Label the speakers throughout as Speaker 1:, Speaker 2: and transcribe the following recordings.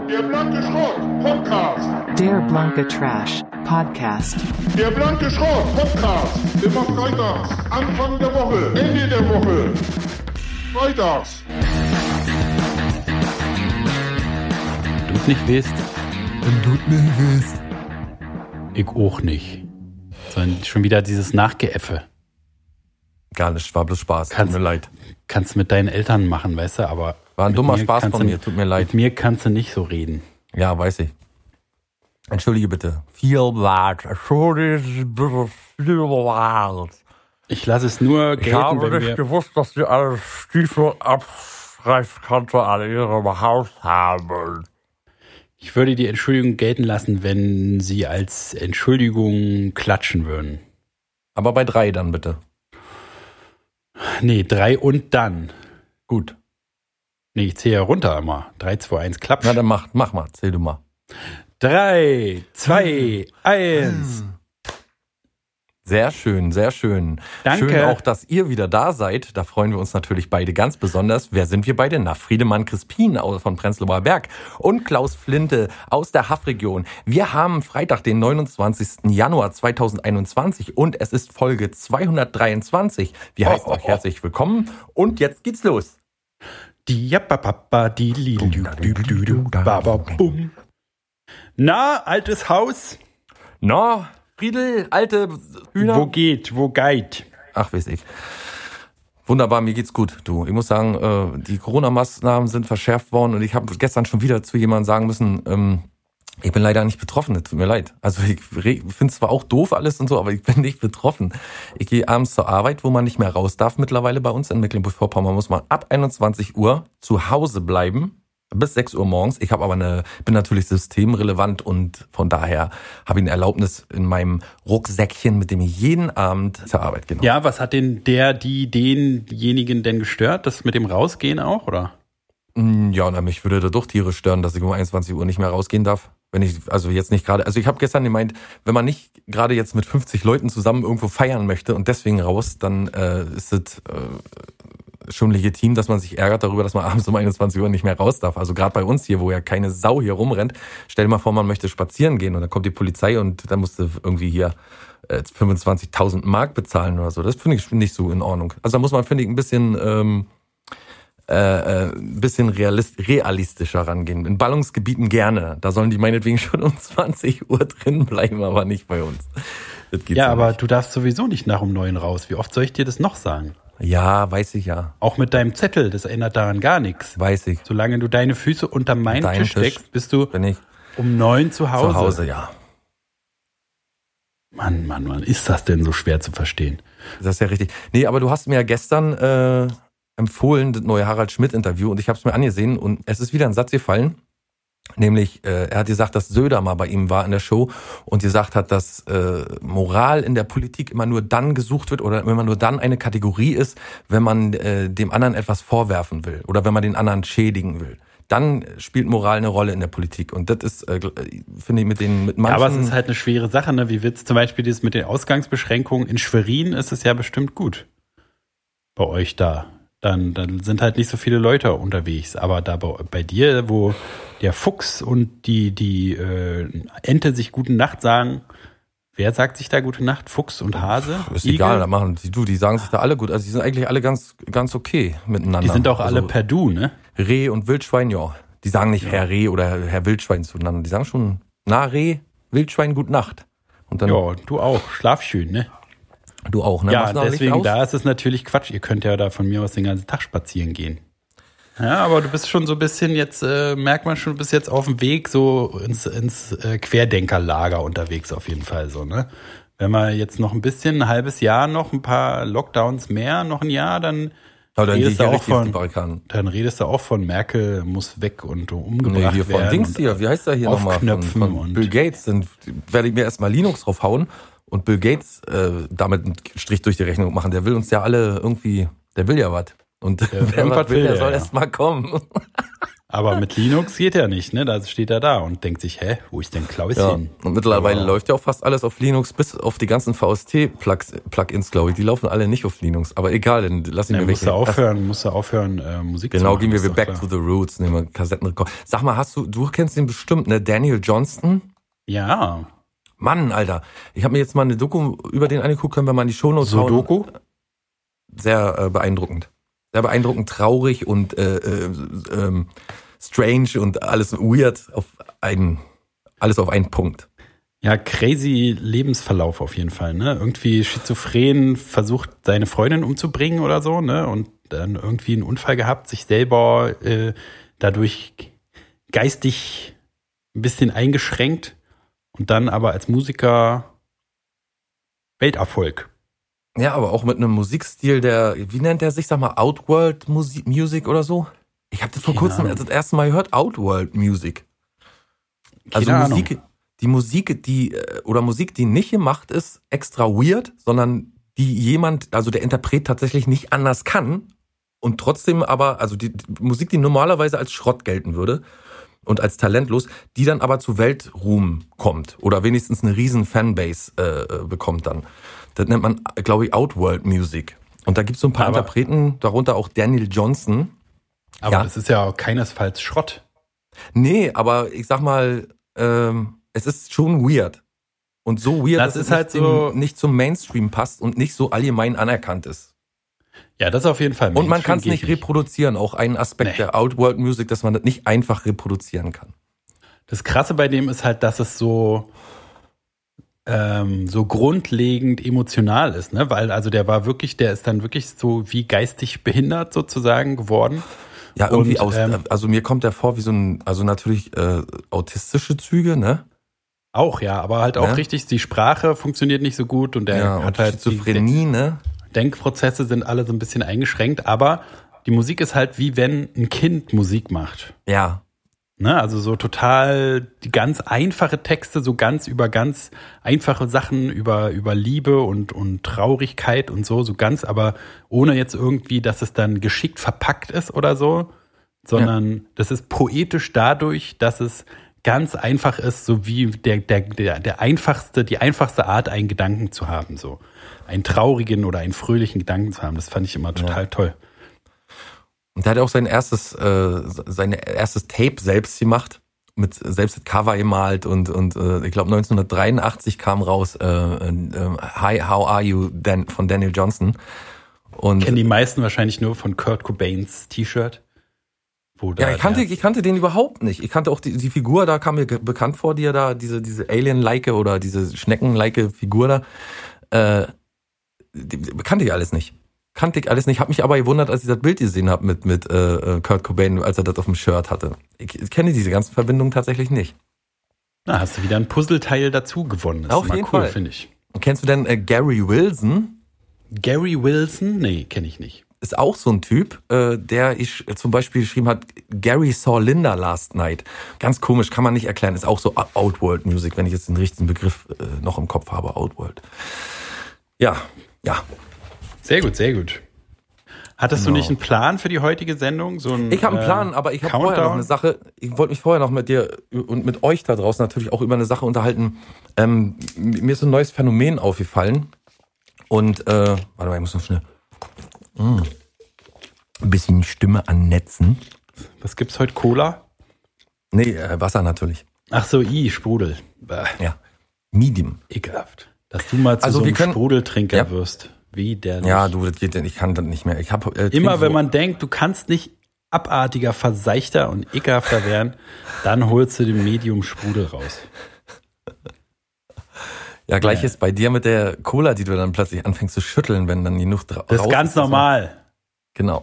Speaker 1: Der blanke Schrott Podcast.
Speaker 2: Der blanke Trash Podcast.
Speaker 1: Der blanke Schrott Podcast. Immer freitags. Anfang der Woche. Ende der Woche. Freitags.
Speaker 3: Du nicht weißt.
Speaker 4: Wenn du nicht weißt.
Speaker 3: Ich auch nicht. Sondern schon wieder dieses Nachgeäffe.
Speaker 4: Gar nicht, war bloß Spaß, tut mir leid.
Speaker 3: Kannst mit deinen Eltern machen, weißt du, aber...
Speaker 4: War ein dummer Spaß von mir, tut mir leid.
Speaker 3: Mit mir kannst du nicht so reden.
Speaker 4: Ja, weiß ich. Entschuldige bitte. Viel Bad.
Speaker 3: Ich lasse es nur gelten,
Speaker 4: Ich habe
Speaker 3: wenn
Speaker 4: nicht
Speaker 3: wir...
Speaker 4: gewusst, dass Sie eine Stiefelabreißkante an Ihrem Haus haben.
Speaker 3: Ich würde die Entschuldigung gelten lassen, wenn Sie als Entschuldigung klatschen würden.
Speaker 4: Aber bei 3 dann bitte.
Speaker 3: Nee, 3 und dann.
Speaker 4: Gut.
Speaker 3: Nee, ich zähle ja runter immer. 3, 2, 1, Klatsch.
Speaker 4: Na dann mach mal, zähl du mal.
Speaker 3: 3, 2, 1.
Speaker 4: Sehr schön, sehr schön.
Speaker 3: Danke.
Speaker 4: Schön auch, dass ihr wieder da seid. Da freuen wir uns natürlich beide ganz besonders. Wer sind wir beide? Na, Friedemann Crispin von Prenzlauer Berg und Klaus Flinte aus der Haff-Region. Wir haben Freitag, den 29. Januar 2021 und es ist Folge 223. Wir heißen euch herzlich willkommen und jetzt geht's los.
Speaker 3: Die Japapapa, die Lidu, Baba, Bum. Na, altes Haus?
Speaker 4: Na, Friedel, alte Hühner.
Speaker 3: Wo geht?
Speaker 4: Ach, weiß ich. Wunderbar, mir geht's gut, du. Ich muss sagen, die Corona-Maßnahmen sind verschärft worden und ich habe gestern schon wieder zu jemandem sagen müssen, ich bin leider nicht betroffen, das tut mir leid. Also ich finde es zwar auch doof alles und so, aber ich bin nicht betroffen. Ich gehe abends zur Arbeit, wo man nicht mehr raus darf mittlerweile bei uns in Mecklenburg-Vorpommern, muss man ab 21 Uhr zu Hause bleiben. Bis 6 Uhr morgens. Ich habe aber bin natürlich systemrelevant und von daher habe ich eine Erlaubnis in meinem Rucksäckchen, mit dem ich jeden Abend zur Arbeit genommen.
Speaker 3: Ja, was hat denjenigen denn gestört? Das mit dem Rausgehen auch, oder?
Speaker 4: Ja, na, mich würde da doch Tiere stören, dass ich um 21 Uhr nicht mehr rausgehen darf. Wenn ich, also jetzt nicht gerade, also ich habe gestern gemeint, wenn man nicht gerade jetzt mit 50 Leuten zusammen irgendwo feiern möchte und deswegen raus, dann ist es schon legitim, dass man sich ärgert darüber, dass man abends um 21 Uhr nicht mehr raus darf. Also gerade bei uns hier, wo ja keine Sau hier rumrennt, stell dir mal vor, man möchte spazieren gehen und dann kommt die Polizei und dann musst du irgendwie hier 25.000 Mark bezahlen oder so. Das finde ich nicht so in Ordnung. Also da muss man, finde ich, ein bisschen realistischer rangehen. In Ballungsgebieten gerne. Da sollen die meinetwegen schon um 20 Uhr drin bleiben, aber nicht bei uns. Das geht
Speaker 3: ja,
Speaker 4: so
Speaker 3: aber
Speaker 4: nicht.
Speaker 3: du darfst sowieso nicht nach um 9 raus. Wie oft soll ich dir das noch sagen?
Speaker 4: Ja, weiß ich ja.
Speaker 3: Auch mit deinem Zettel, das ändert daran gar nichts.
Speaker 4: Weiß ich.
Speaker 3: Solange du deine Füße unter meinen Tisch steckst, bist du
Speaker 4: bin ich
Speaker 3: um 9 zu Hause.
Speaker 4: Zu Hause, ja.
Speaker 3: Mann, ist das denn so schwer zu verstehen?
Speaker 4: Das ist ja richtig. Nee, aber du hast mir ja gestern empfohlen, das neue Harald Schmidt-Interview und ich habe es mir angesehen und es ist wieder ein Satz gefallen. Nämlich, er hat gesagt, dass Söder mal bei ihm war in der Show und gesagt hat, dass Moral in der Politik immer nur dann gesucht wird oder immer nur dann eine Kategorie ist, wenn man dem anderen etwas vorwerfen will oder wenn man den anderen schädigen will. Dann spielt Moral eine Rolle in der Politik und das ist, finde ich, mit manchen...
Speaker 3: Ja, aber es ist halt eine schwere Sache, ne? Wie wird's zum Beispiel das mit den Ausgangsbeschränkungen in Schwerin, ist es ja bestimmt gut bei euch da. Dann sind halt nicht so viele Leute unterwegs. Aber da bei dir, wo der Fuchs und die Ente sich gute Nacht sagen, wer sagt sich da gute Nacht? Fuchs und Hase?
Speaker 4: Ist
Speaker 3: Igel?
Speaker 4: egal, da machen die sagen sich da alle gut. Also die sind eigentlich alle ganz okay miteinander.
Speaker 3: Die sind auch alle
Speaker 4: also,
Speaker 3: per Du, ne?
Speaker 4: Reh und Wildschwein, ja. Die sagen nicht Herr Reh oder Herr Wildschwein zueinander. Die sagen schon, na Reh, Wildschwein, gut Nacht. Und dann,
Speaker 3: Ja, du auch. Schlaf schön, ne?
Speaker 4: Du auch, ne?
Speaker 3: Ja,
Speaker 4: Machst du noch Licht
Speaker 3: deswegen,
Speaker 4: aus?
Speaker 3: da ist es natürlich Quatsch. Ihr könnt ja da von mir aus den ganzen Tag spazieren gehen. Ja, aber du bist schon so ein bisschen jetzt, merkt man schon, du bist jetzt auf dem Weg so ins Querdenkerlager unterwegs auf jeden Fall so, ne? Wenn wir jetzt noch ein halbes Jahr, noch ein paar Lockdowns mehr, noch ein Jahr, dann redest du auch von Merkel muss weg und umgebracht
Speaker 4: hier
Speaker 3: werden.
Speaker 4: Von Dings hier, wie heißt der hier nochmal? Von Bill Gates, dann werde ich mir erstmal Linux draufhauen und Bill Gates damit einen Strich durch die Rechnung machen. Der will uns ja alle irgendwie, der will ja was. Und wer
Speaker 3: irgendwas
Speaker 4: was will, der soll
Speaker 3: ja.
Speaker 4: erst mal kommen.
Speaker 3: Aber mit Linux geht ja nicht, ne? Da steht er da und denkt sich, wo ist denn Klaus
Speaker 4: Ja,
Speaker 3: hin?
Speaker 4: und mittlerweile läuft ja auch fast alles auf Linux, bis auf die ganzen VST-Plugins, glaube ich. Die laufen alle nicht auf Linux. Aber egal, dann lass ihn mir weg.
Speaker 3: Musst du aufhören, Musik
Speaker 4: Genau,
Speaker 3: zu machen.
Speaker 4: gehen wir back to the roots, nehmen wir Kassettenrekord. Sag mal, du kennst den bestimmt, ne? Daniel Johnston?
Speaker 3: Ja.
Speaker 4: Mann, Alter. Ich habe mir jetzt mal eine Doku über den angeguckt, können wir mal in die Shownotes hauen.
Speaker 3: Doku?
Speaker 4: Sehr beeindruckend. Sehr beeindruckend, traurig und strange und alles weird alles auf einen Punkt.
Speaker 3: Ja, crazy Lebensverlauf auf jeden Fall, ne? Irgendwie schizophren, versucht seine Freundin umzubringen oder so, ne? Und dann irgendwie einen Unfall gehabt, sich selber dadurch geistig ein bisschen eingeschränkt und dann aber als Musiker Welterfolg.
Speaker 4: Ja, aber auch mit einem Musikstil, wie nennt der sich, sag mal, Outworld Music oder so? Ich habe das vor kurzem das erste Mal gehört, Outworld Music. Also Musik, die nicht gemacht ist, extra weird, sondern der Interpret tatsächlich nicht anders kann und trotzdem aber, also die Musik, die normalerweise als Schrott gelten würde und als talentlos, die dann aber zu Weltruhm kommt oder wenigstens eine riesen Fanbase bekommt dann. Das nennt man, glaube ich, Outworld Music. Und da gibt es so ein paar Interpreten, darunter auch Daniel Johnston.
Speaker 3: Aber es ist ja auch keinesfalls Schrott.
Speaker 4: Nee, aber ich sag mal, es ist schon weird. Und so weird,
Speaker 3: dass es halt so
Speaker 4: nicht zum Mainstream passt und nicht so allgemein anerkannt ist.
Speaker 3: Ja, das auf jeden Fall.
Speaker 4: Und man kann es nicht reproduzieren. Auch ein Aspekt der Outworld Music, dass man das nicht einfach reproduzieren kann.
Speaker 3: Das Krasse bei dem ist halt, dass es so grundlegend emotional ist, ne? Weil also der ist dann wirklich so wie geistig behindert sozusagen geworden.
Speaker 4: Ja, irgendwie also mir kommt der vor wie so also natürlich autistische Züge, ne?
Speaker 3: Auch, ja, aber halt auch richtig, die Sprache funktioniert nicht so gut und der hat halt
Speaker 4: Schizophrenie, ne?
Speaker 3: Denkprozesse sind alle so ein bisschen eingeschränkt, aber die Musik ist halt wie wenn ein Kind Musik macht.
Speaker 4: Ja.
Speaker 3: Ne, also so total die ganz einfache Texte, so ganz einfache Sachen über Liebe und Traurigkeit und so ganz, aber ohne jetzt irgendwie, dass es dann geschickt verpackt ist oder so, sondern das ist poetisch dadurch, dass es ganz einfach ist, so wie die einfachste Art, einen Gedanken zu haben, so einen traurigen oder einen fröhlichen Gedanken zu haben. Das fand ich immer total toll.
Speaker 4: Und der hat auch sein erstes Tape selbst gemacht, selbst das Cover gemalt und ich glaube 1983 kam raus Hi, How Are You von Daniel Johnston. Und
Speaker 3: kennen die meisten wahrscheinlich nur von Kurt Cobains T-Shirt.
Speaker 4: Ich kannte den überhaupt nicht. Ich kannte auch die Figur, da kam mir bekannt vor, die er da, diese Alien-like oder diese Schnecken-like Figur da, die kannte ich alles nicht. Hab mich aber gewundert, als ich das Bild gesehen habe mit Kurt Cobain, als er das auf dem Shirt hatte. Ich kenne diese ganzen Verbindungen tatsächlich nicht.
Speaker 3: Na, hast du wieder ein Puzzleteil dazu gewonnen. Das
Speaker 4: auf
Speaker 3: ist
Speaker 4: jeden
Speaker 3: cool,
Speaker 4: Fall,
Speaker 3: finde ich.
Speaker 4: Kennst du denn Gary Wilson?
Speaker 3: Gary Wilson? Nee, kenne ich nicht.
Speaker 4: Ist auch so ein Typ, der zum Beispiel geschrieben hat, Gary saw Linda last night. Ganz komisch, kann man nicht erklären. Ist auch so Outworld Music, wenn ich jetzt den richtigen Begriff noch im Kopf habe, Outworld. Ja.
Speaker 3: Sehr gut, sehr gut. Hattest du nicht einen Plan für die heutige Sendung?
Speaker 4: Ich habe einen Plan, aber ich habe vorher noch eine Sache. Ich wollte mich vorher noch mit dir und mit euch da draußen natürlich auch über eine Sache unterhalten. Mir ist ein neues Phänomen aufgefallen. Und, warte mal, ich muss noch schnell ein bisschen Stimme annetzen.
Speaker 3: Was gibt's heute? Cola?
Speaker 4: Nee, Wasser natürlich.
Speaker 3: Ach so, Sprudel.
Speaker 4: Ja, Medium.
Speaker 3: Ekelhaft. Dass du mal zu so einem Sprudeltrinker wirst. Widerlich.
Speaker 4: Ja, das geht denn, ich kann das nicht mehr.
Speaker 3: Immer wenn man denkt, du kannst nicht abartiger, verseichter und ekelhafter werden, dann holst du den Medium-Sprudel raus.
Speaker 4: Ja, gleich ist bei dir mit der Cola, die du dann plötzlich anfängst zu schütteln, wenn dann genug drauf ist.
Speaker 3: Das ist ganz normal.
Speaker 4: Genau.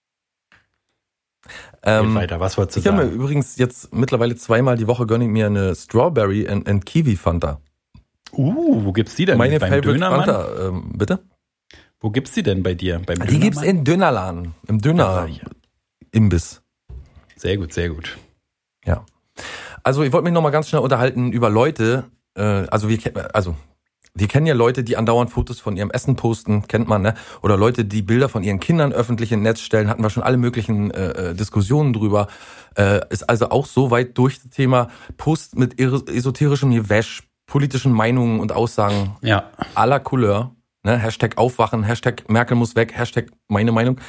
Speaker 3: Weiter, was wolltest du sagen?
Speaker 4: Ich habe mir übrigens jetzt mittlerweile 2-mal die Woche gönne ich mir eine Strawberry and Kiwi Fanta.
Speaker 3: Wo gibt's die denn?
Speaker 4: Meine
Speaker 3: beim
Speaker 4: Favorite
Speaker 3: Dönermann?
Speaker 4: Fanta, bitte?
Speaker 3: Wo gibt's die denn bei dir? Beim
Speaker 4: Die gibt's in Dönerladen, im Döner-Imbiss.
Speaker 3: Sehr gut, sehr gut.
Speaker 4: Ja. Also ich wollte mich noch mal ganz schnell unterhalten über Leute, Wir kennen ja Leute, die andauernd Fotos von ihrem Essen posten, kennt man, ne? Oder Leute, die Bilder von ihren Kindern öffentlich ins Netz stellen, hatten wir schon alle möglichen Diskussionen drüber. Ist also auch so weit durch das Thema Post mit esoterischem Gewäsch, politischen Meinungen und Aussagen aller Couleur. Ne? Hashtag Aufwachen, Hashtag Merkel muss weg, Hashtag meine Meinung.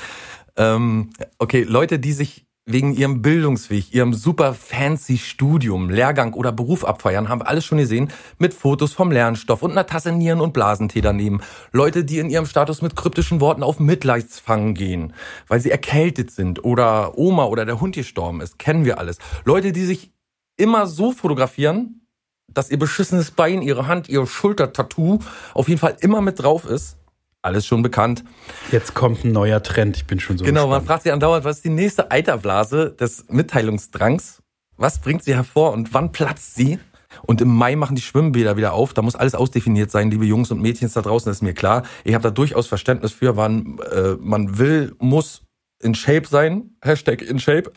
Speaker 4: Okay, Leute, die sich wegen ihrem Bildungsweg, ihrem super fancy Studium, Lehrgang oder Beruf abfeiern, haben wir alles schon gesehen, mit Fotos vom Lernstoff und einer Tasse Nieren- und Blasentee daneben. Leute, die in ihrem Status mit kryptischen Worten auf Mitleidsfang gehen, weil sie erkältet sind oder Oma oder der Hund gestorben ist, kennen wir alles. Leute, die sich immer so fotografieren, dass ihr beschissenes Bein, ihre Hand, ihr Schultertattoo auf jeden Fall immer mit drauf ist. Alles schon bekannt.
Speaker 3: Jetzt kommt ein neuer Trend, ich bin schon so
Speaker 4: Genau,
Speaker 3: gespannt.
Speaker 4: man fragt sich andauernd, was ist die nächste Eiterblase des Mitteilungsdrangs? Was bringt sie hervor und wann platzt sie? Und im Mai machen die Schwimmbäder wieder auf. Da muss alles ausdefiniert sein, liebe Jungs und Mädchen da draußen, das ist mir klar. Ich habe da durchaus Verständnis für, wann man will, muss in Shape sein. Hashtag in Shape.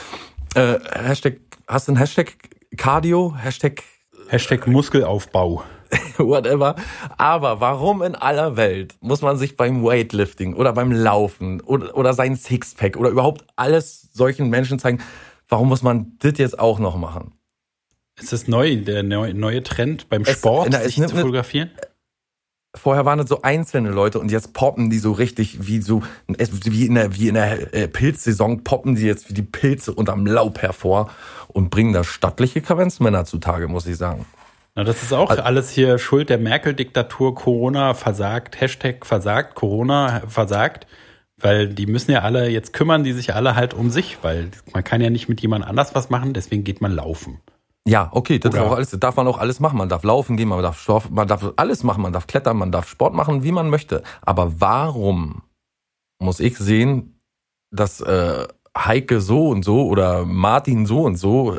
Speaker 4: Hashtag, hast du ein Hashtag Cardio? Hashtag
Speaker 3: Muskelaufbau.
Speaker 4: Whatever. Aber warum in aller Welt muss man sich beim Weightlifting oder beim Laufen oder sein Sixpack oder überhaupt alles solchen Menschen zeigen? Warum muss man das jetzt auch noch machen?
Speaker 3: Ist das neu, der neue Trend beim Sport, sich zu fotografieren?
Speaker 4: Vorher waren es so einzelne Leute und jetzt poppen die so richtig wie in der Pilzsaison poppen die jetzt wie die Pilze unterm Laub hervor und bringen da stattliche Kaventsmänner zutage, muss ich sagen.
Speaker 3: Na, das ist auch alles hier Schuld der Merkel-Diktatur, Corona versagt, Hashtag versagt, Corona versagt, weil die müssen ja alle, jetzt kümmern die sich alle halt um sich, weil man kann ja nicht mit jemand anders was machen, deswegen geht man laufen.
Speaker 4: Ja, okay, das ist auch alles, darf man auch alles machen. Man darf laufen gehen, man darf alles machen, man darf klettern, man darf Sport machen, wie man möchte. Aber warum muss ich sehen, dass Heike so und so oder Martin so und so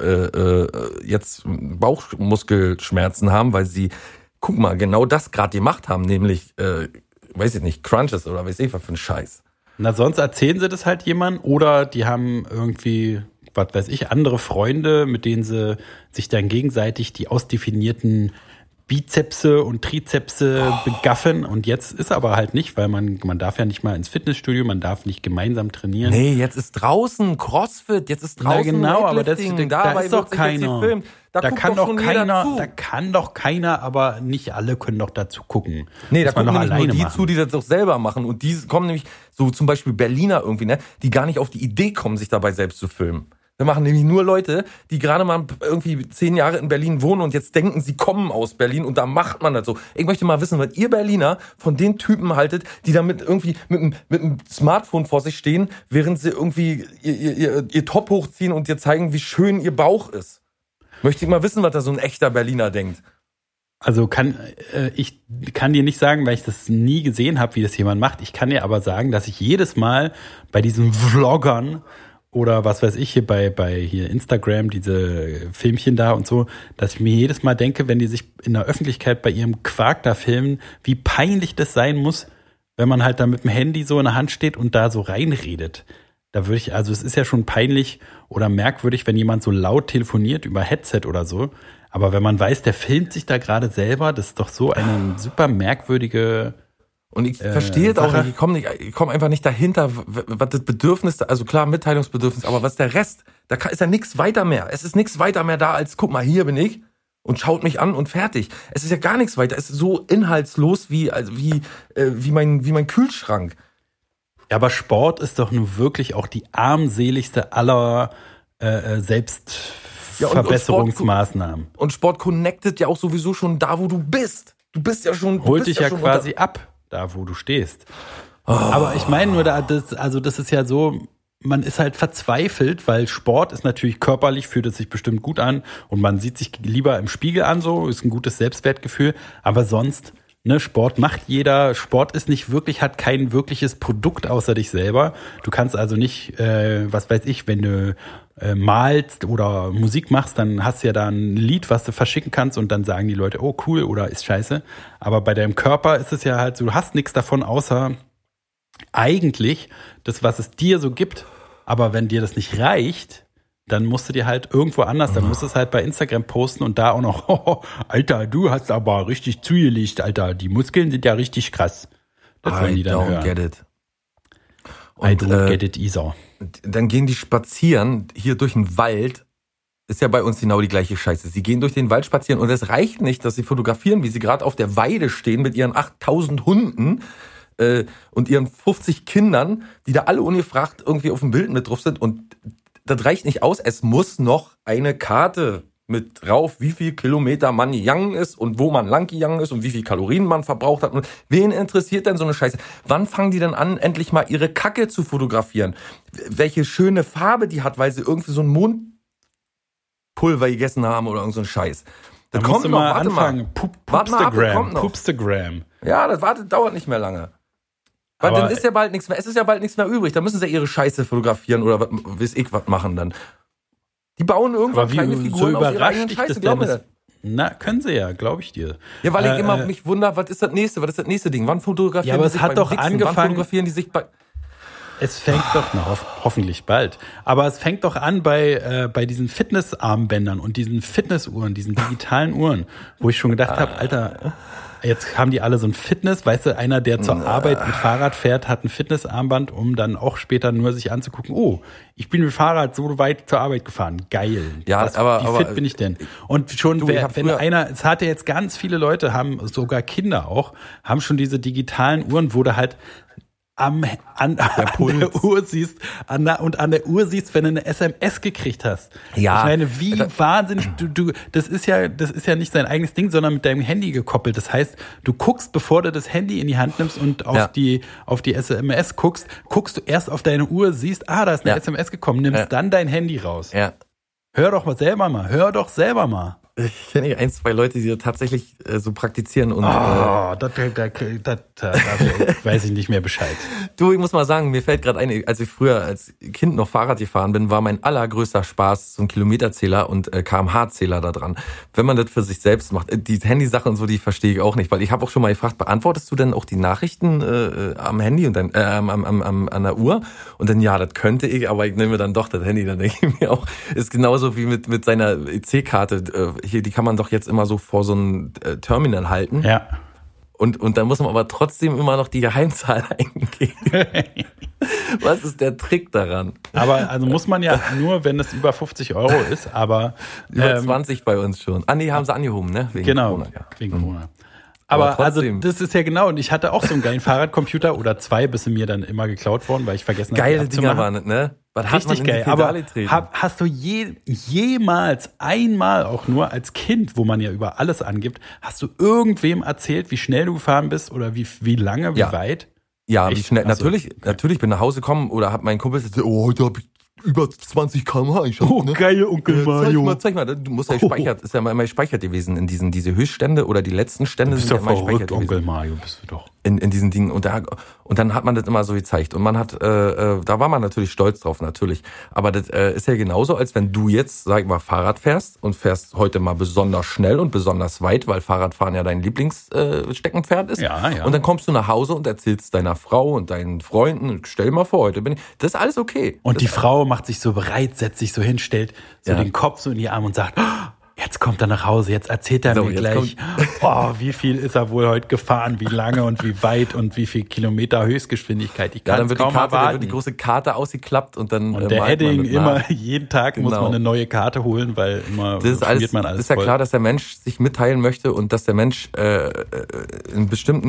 Speaker 4: jetzt Bauchmuskelschmerzen haben, weil sie, guck mal, genau das gerade gemacht haben, nämlich, weiß ich nicht, Crunches oder weiß ich was für ein Scheiß.
Speaker 3: Na, sonst erzählen sie das halt jemandem oder die haben irgendwie, was weiß ich, andere Freunde, mit denen sie sich dann gegenseitig die ausdefinierten Bizepse und Trizepse begaffen. Und jetzt ist aber halt nicht, weil man darf ja nicht mal ins Fitnessstudio, man darf nicht gemeinsam trainieren.
Speaker 4: Nee, jetzt ist draußen Crossfit, jetzt ist draußen
Speaker 3: genau, aber da ist doch keiner. Da kann doch keiner, aber nicht alle können doch dazu gucken.
Speaker 4: Nee, da gucken nämlich nur die
Speaker 3: machen.
Speaker 4: zu, die das doch selber machen. Und die kommen nämlich, so zum Beispiel Berliner irgendwie, ne, die gar nicht auf die Idee kommen, sich dabei selbst zu filmen. Wir machen nämlich nur Leute, die gerade mal irgendwie 10 Jahre in Berlin wohnen und jetzt denken, sie kommen aus Berlin und da macht man das so. Ich möchte mal wissen, was ihr Berliner von den Typen haltet, die da mit einem Smartphone vor sich stehen, während sie irgendwie ihr Top hochziehen und dir zeigen, wie schön ihr Bauch ist. Möchte ich mal wissen, was da so ein echter Berliner denkt.
Speaker 3: Also ich kann dir nicht sagen, weil ich das nie gesehen habe, wie das jemand macht. Ich kann dir aber sagen, dass ich jedes Mal bei diesen Vloggern oder was weiß ich hier bei hier Instagram, diese Filmchen da und so, dass ich mir jedes Mal denke, wenn die sich in der Öffentlichkeit bei ihrem Quark da filmen, wie peinlich das sein muss, wenn man halt da mit dem Handy so in der Hand steht und da so reinredet. Da würde ich, also es ist ja schon peinlich oder merkwürdig, wenn jemand so laut telefoniert über Headset oder so. Aber wenn man weiß, der filmt sich da gerade selber, das ist doch so eine super merkwürdige.
Speaker 4: Und ich verstehe es auch nicht, ich komme einfach nicht dahinter, was das Bedürfnis, also klar, Mitteilungsbedürfnis, aber was der Rest, da ist ja nichts weiter mehr. Es ist nichts weiter mehr da als, guck mal, hier bin ich und schaut mich an und fertig. Es ist ja gar nichts weiter, es ist so inhaltslos wie mein Kühlschrank.
Speaker 3: Ja, aber Sport ist doch nun wirklich auch die armseligste aller Selbstverbesserungsmaßnahmen.
Speaker 4: Und Sport connectet ja auch sowieso schon da, wo du bist. Du bist ja schon.
Speaker 3: Holt dich ja quasi ab, da wo du stehst. Aber ich meine nur, das ist ja so, man ist halt verzweifelt, weil Sport ist natürlich körperlich, fühlt es sich bestimmt gut an und man sieht sich lieber im Spiegel an, so ist ein gutes Selbstwertgefühl. Aber sonst, ne, Sport macht jeder. Sport ist nicht wirklich, hat kein wirkliches Produkt außer dich selber. Du kannst also nicht, was weiß ich, wenn du malst oder Musik machst, dann hast du ja da ein Lied, was du verschicken kannst und dann sagen die Leute, oh cool oder ist scheiße. Aber bei deinem Körper ist es ja halt so, du hast nichts davon außer eigentlich das, was es dir so gibt. Aber wenn dir das nicht reicht, dann musst du dir halt irgendwo anders, dann musst du es halt bei Instagram posten und da auch noch, Alter, du hast aber richtig zugelegt, Alter, die Muskeln sind ja richtig krass. Das wollen die dann hören.
Speaker 4: Get it.
Speaker 3: I don't get it either.
Speaker 4: Dann gehen die spazieren hier durch den Wald. Ist ja bei uns genau die gleiche Scheiße. Sie gehen durch den Wald spazieren und es reicht nicht, dass sie fotografieren, wie sie gerade auf der Weide stehen mit ihren 8000 Hunden und ihren 50 Kindern, die da alle ungefragt irgendwie auf dem Bild mit drauf sind. Und das reicht nicht aus. Es muss noch eine Karte mit drauf, wie viel Kilometer man gegangen ist und wo man lang gegangen ist und wie viel Kalorien man verbraucht hat. Und wen interessiert denn so eine Scheiße? Wann fangen die denn an, endlich mal ihre Kacke zu fotografieren? Welche schöne Farbe die hat, weil sie irgendwie so ein Mondpulver gegessen haben oder irgend so ein Scheiß.
Speaker 3: Da kommt noch, warte mal. Poopstagram.
Speaker 4: Ja, das dauert nicht mehr lange. Weil dann ist ja bald nichts mehr, es ist ja bald nichts mehr übrig. Da müssen sie ihre Scheiße fotografieren oder weiß ich was machen dann. Die bauen irgendwann kleine Figuren aus ihrer eigenen Scheiße, glaub mir das.
Speaker 3: Na, können sie ja, glaube ich dir.
Speaker 4: Ja, weil ich immer mich wundere, was ist das nächste Ding? Wann fotografieren
Speaker 3: die sich beim Wichsen? Wann
Speaker 4: fotografieren die sich bei...
Speaker 3: Es fängt doch noch, hoffentlich bald, aber es fängt doch an bei diesen Fitnessarmbändern und diesen Fitnessuhren, diesen digitalen Uhren, wo ich schon gedacht habe, Alter, jetzt haben die alle so ein Fitness, weißt du, einer, der zur Arbeit mit Fahrrad fährt, hat ein Fitnessarmband, um dann auch später nur sich anzugucken, oh, ich bin mit Fahrrad so weit zur Arbeit gefahren, geil.
Speaker 4: Ja,
Speaker 3: wie fit bin ich denn? Und schon, es hat ja jetzt ganz viele Leute, haben sogar Kinder auch, haben schon diese digitalen Uhren, wo du halt an der Uhr siehst, an der Uhr siehst, wenn du eine SMS gekriegt hast.
Speaker 4: Ja.
Speaker 3: Ich meine, wie wahnsinnig, das ist ja nicht dein eigenes Ding, sondern mit deinem Handy gekoppelt. Das heißt, du guckst, bevor du das Handy in die Hand nimmst und auf die SMS guckst du erst auf deine Uhr, siehst, da ist eine SMS gekommen, nimmst dann dein Handy raus.
Speaker 4: Ja.
Speaker 3: Hör doch selber mal.
Speaker 4: Ich kenne 1, 2 Leute, die das tatsächlich so praktizieren. Und
Speaker 3: da weiß ich nicht mehr Bescheid.
Speaker 4: Du, ich muss mal sagen, mir fällt gerade ein, als ich früher als Kind noch Fahrrad gefahren bin, war mein allergrößter Spaß so ein Kilometerzähler und kmh-Zähler da dran. Wenn man das für sich selbst macht, die Handysache und so, die verstehe ich auch nicht, weil ich habe auch schon mal gefragt, beantwortest du denn auch die Nachrichten am Handy und dann an der Uhr? Und dann, ja, das könnte ich, aber ich nehme dann doch das Handy, dann denke ich mir auch, ist genauso wie mit seiner EC-Karte. Hier, die kann man doch jetzt immer so vor so ein Terminal halten.
Speaker 3: Ja.
Speaker 4: Und dann muss man aber trotzdem immer noch die Geheimzahl eingeben. Was ist der Trick daran?
Speaker 3: Aber also muss man ja nur, wenn es über 50 Euro ist, aber...
Speaker 4: Über 20 bei uns schon. Nee, haben sie angehoben, ne?
Speaker 3: Wegen Corona. Wegen Corona. Aber also das ist ja genau, und ich hatte auch so einen geilen Fahrradcomputer oder 2, bis sie mir dann immer geklaut worden, weil ich vergessen habe,
Speaker 4: geile Dinger waren das, ne?
Speaker 3: Was richtig geil, aber hast du jemals einmal auch nur als Kind, wo man ja über alles angibt, hast du irgendwem erzählt, wie schnell du gefahren bist oder wie lange, wie weit?
Speaker 4: Ja, wie schnell, natürlich bin nach Hause gekommen oder hab meinen Kumpel gesagt, heute hab ich über 20 km/h.
Speaker 3: Geil, Onkel Mario.
Speaker 4: Zeig mal, du musst ja gespeichert, ist ja immer gespeichert gewesen in diese Höchststände oder die letzten Stände sind ja immer gespeichert gewesen.
Speaker 3: Onkel Mario bist du doch.
Speaker 4: In diesen Dingen. Und dann hat man das immer so gezeigt. Und man hat, da war man natürlich stolz drauf, natürlich. Aber das ist ja genauso, als wenn du jetzt, sag ich mal, Fahrrad fährst und fährst heute mal besonders schnell und besonders weit, weil Fahrradfahren ja dein Lieblingssteckenpferd ist.
Speaker 3: Ja.
Speaker 4: Und dann kommst du nach Hause und erzählst deiner Frau und deinen Freunden, stell dir mal vor, heute bin ich, das ist alles okay.
Speaker 3: Und die Frau macht sich so bereit, setzt sich so hin, stellt so den Kopf so in die Arme und sagt, jetzt kommt er nach Hause, jetzt erzählt er mir gleich, wie viel ist er wohl heute gefahren, wie lange und wie weit und wie viel Kilometer Höchstgeschwindigkeit. Ich kann es kaum erwarten.
Speaker 4: Dann wird die große Karte ausgeklappt und dann
Speaker 3: und der Heading immer, jeden Tag muss man eine neue Karte holen, weil immer
Speaker 4: probiert man alles. Das ist ja klar, dass der Mensch sich mitteilen möchte und dass der Mensch in bestimmten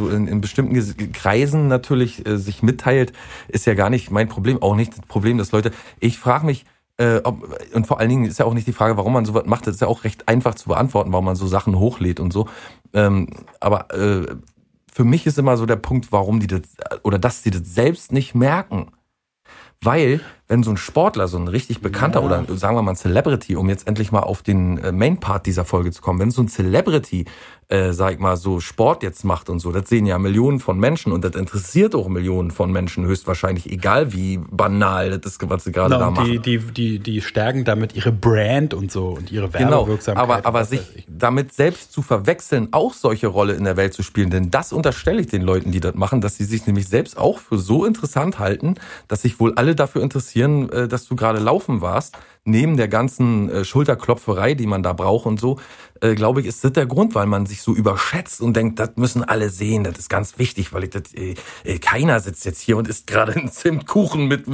Speaker 4: Kreisen natürlich sich mitteilt, ist ja gar nicht mein Problem, auch nicht das Problem, dass Leute, ich frage mich, und vor allen Dingen ist ja auch nicht die Frage, warum man sowas macht, das ist ja auch recht einfach zu beantworten, warum man so Sachen hochlädt und so. Aber für mich ist immer so der Punkt, warum die das, oder dass die das selbst nicht merken. Weil, wenn so ein Sportler, so ein richtig bekannter oder sagen wir mal ein Celebrity, um jetzt endlich mal auf den Main-Part dieser Folge zu kommen, wenn so ein Celebrity, sag ich mal, so Sport jetzt macht und so, das sehen ja Millionen von Menschen und das interessiert auch Millionen von Menschen höchstwahrscheinlich, egal wie banal das ist, was sie gerade da machen.
Speaker 3: Die stärken damit ihre Brand und so und ihre Werbewirksamkeit.
Speaker 4: Genau, aber sich damit selbst zu verwechseln, auch solche Rolle in der Welt zu spielen, denn das unterstelle ich den Leuten, die das machen, dass sie sich nämlich selbst auch für so interessant halten, dass sich wohl alle dafür interessieren, interessieren, dass du gerade laufen warst. Neben der ganzen Schulterklopferei, die man da braucht und so, glaube ich, ist das der Grund, weil man sich so überschätzt und denkt, das müssen alle sehen, das ist ganz wichtig, weil keiner sitzt jetzt hier und isst gerade einen Zimtkuchen mit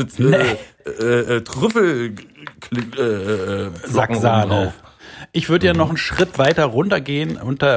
Speaker 4: Trüffel
Speaker 3: Sacksahne drauf. Ich würde ja noch einen Schritt weiter runtergehen,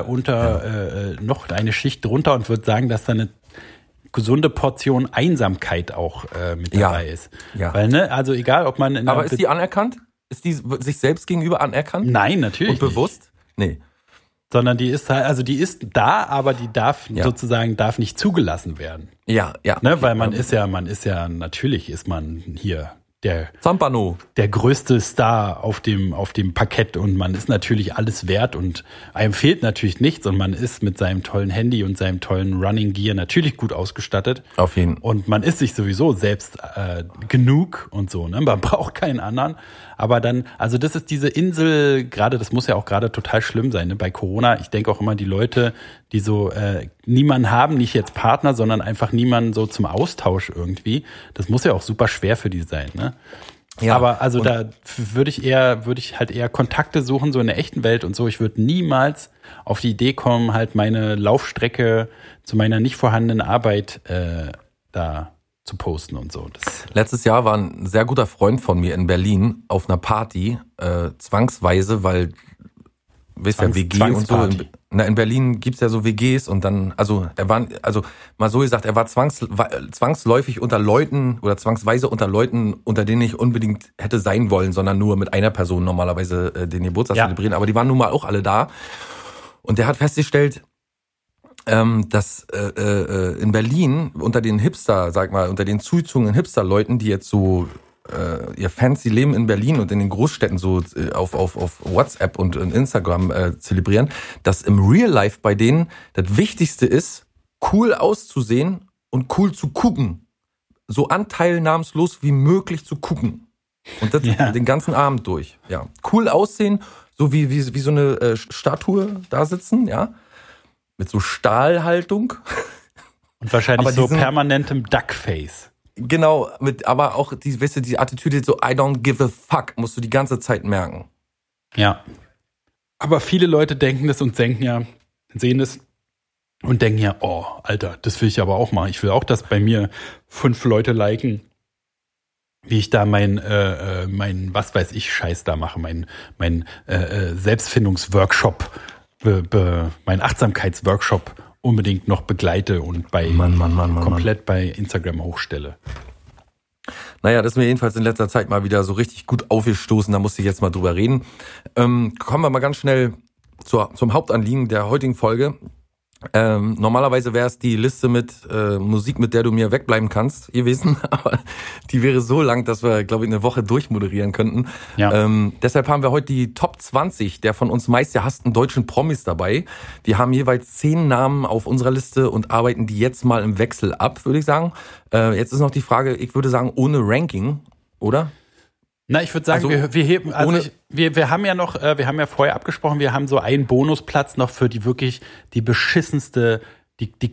Speaker 3: noch eine Schicht drunter und würde sagen, dass da eine gesunde Portion Einsamkeit auch mit dabei ist.
Speaker 4: Ja.
Speaker 3: Weil, ne, also egal, ob man
Speaker 4: aber ist die anerkannt? Ist die sich selbst gegenüber anerkannt?
Speaker 3: Nein, natürlich.
Speaker 4: Und bewusst?
Speaker 3: Nicht. Nee. Sondern die ist halt, also die ist da, aber die darf darf nicht zugelassen werden.
Speaker 4: Ja.
Speaker 3: Ne, weil natürlich ist man hier der
Speaker 4: Zampano,
Speaker 3: der größte Star auf dem Parkett und man ist natürlich alles wert und einem fehlt natürlich nichts und man ist mit seinem tollen Handy und seinem tollen Running Gear natürlich gut ausgestattet.
Speaker 4: Auf jeden Fall.
Speaker 3: Und man ist sich sowieso selbst genug und so, ne? Man braucht keinen anderen. Aber dann, also das ist diese Insel, gerade, das muss ja auch gerade total schlimm sein, ne? Bei Corona, ich denke auch immer, die Leute, die so niemanden haben, nicht jetzt Partner, sondern einfach niemanden so zum Austausch irgendwie, das muss ja auch super schwer für die sein, ne? Ja, aber also da würde ich halt eher Kontakte suchen, so in der echten Welt und so. Ich würde niemals auf die Idee kommen, halt meine Laufstrecke zu meiner nicht vorhandenen Arbeit da zu posten und so.
Speaker 4: Letztes Jahr war ein sehr guter Freund von mir in Berlin auf einer Party, zwangsweise, weil, wisst ihr, WG und so. In Berlin gibt's ja so WGs und dann, mal so gesagt, er war zwangsläufig unter Leuten oder zwangsweise unter Leuten, unter denen ich unbedingt hätte sein wollen, sondern nur mit einer Person normalerweise den Geburtstag zelebrieren. Aber die waren nun mal auch alle da. Und der hat festgestellt, dass in Berlin unter den Hipster, unter den zugezogenen Hipster-Leuten, die jetzt so ihr fancy Leben in Berlin und in den Großstädten so auf WhatsApp und Instagram zelebrieren, dass im Real Life bei denen das Wichtigste ist, cool auszusehen und cool zu gucken. So anteilnahmslos wie möglich zu gucken. Und das den ganzen Abend durch. Ja. Cool aussehen, so wie so eine Statue da sitzen, ja. Mit so Stahlhaltung.
Speaker 3: Und wahrscheinlich so permanentem Duckface.
Speaker 4: Genau, aber auch die Attitüde so I don't give a fuck, musst du die ganze Zeit merken.
Speaker 3: Ja. Aber viele Leute denken das und sehen das und denken ja, oh, Alter, das will ich aber auch machen. Ich will auch, dass bei mir 5 Leute liken, wie ich da mein was weiß ich, Scheiß da mache, mein Selbstfindungsworkshop, mein Achtsamkeitsworkshop unbedingt noch begleite und komplett bei Instagram hochstelle.
Speaker 4: Naja, das ist mir jedenfalls in letzter Zeit mal wieder so richtig gut aufgestoßen, da musste ich jetzt mal drüber reden. Kommen wir mal ganz schnell zum Hauptanliegen der heutigen Folge. Normalerweise wäre es die Liste mit Musik, mit der du mir wegbleiben kannst gewesen, aber die wäre so lang, dass wir, glaube ich, eine Woche durchmoderieren könnten. Ja. Deshalb haben wir heute die Top 20 der von uns meist gehassten deutschen Promis dabei. Wir haben jeweils 10 Namen auf unserer Liste und arbeiten die jetzt mal im Wechsel ab, würde ich sagen. Jetzt ist noch die Frage, ich würde sagen, ohne Ranking, oder?
Speaker 3: Na, ich würde sagen, wir heben, wir haben ja vorher abgesprochen, wir haben so einen Bonusplatz noch für die beschissenste, der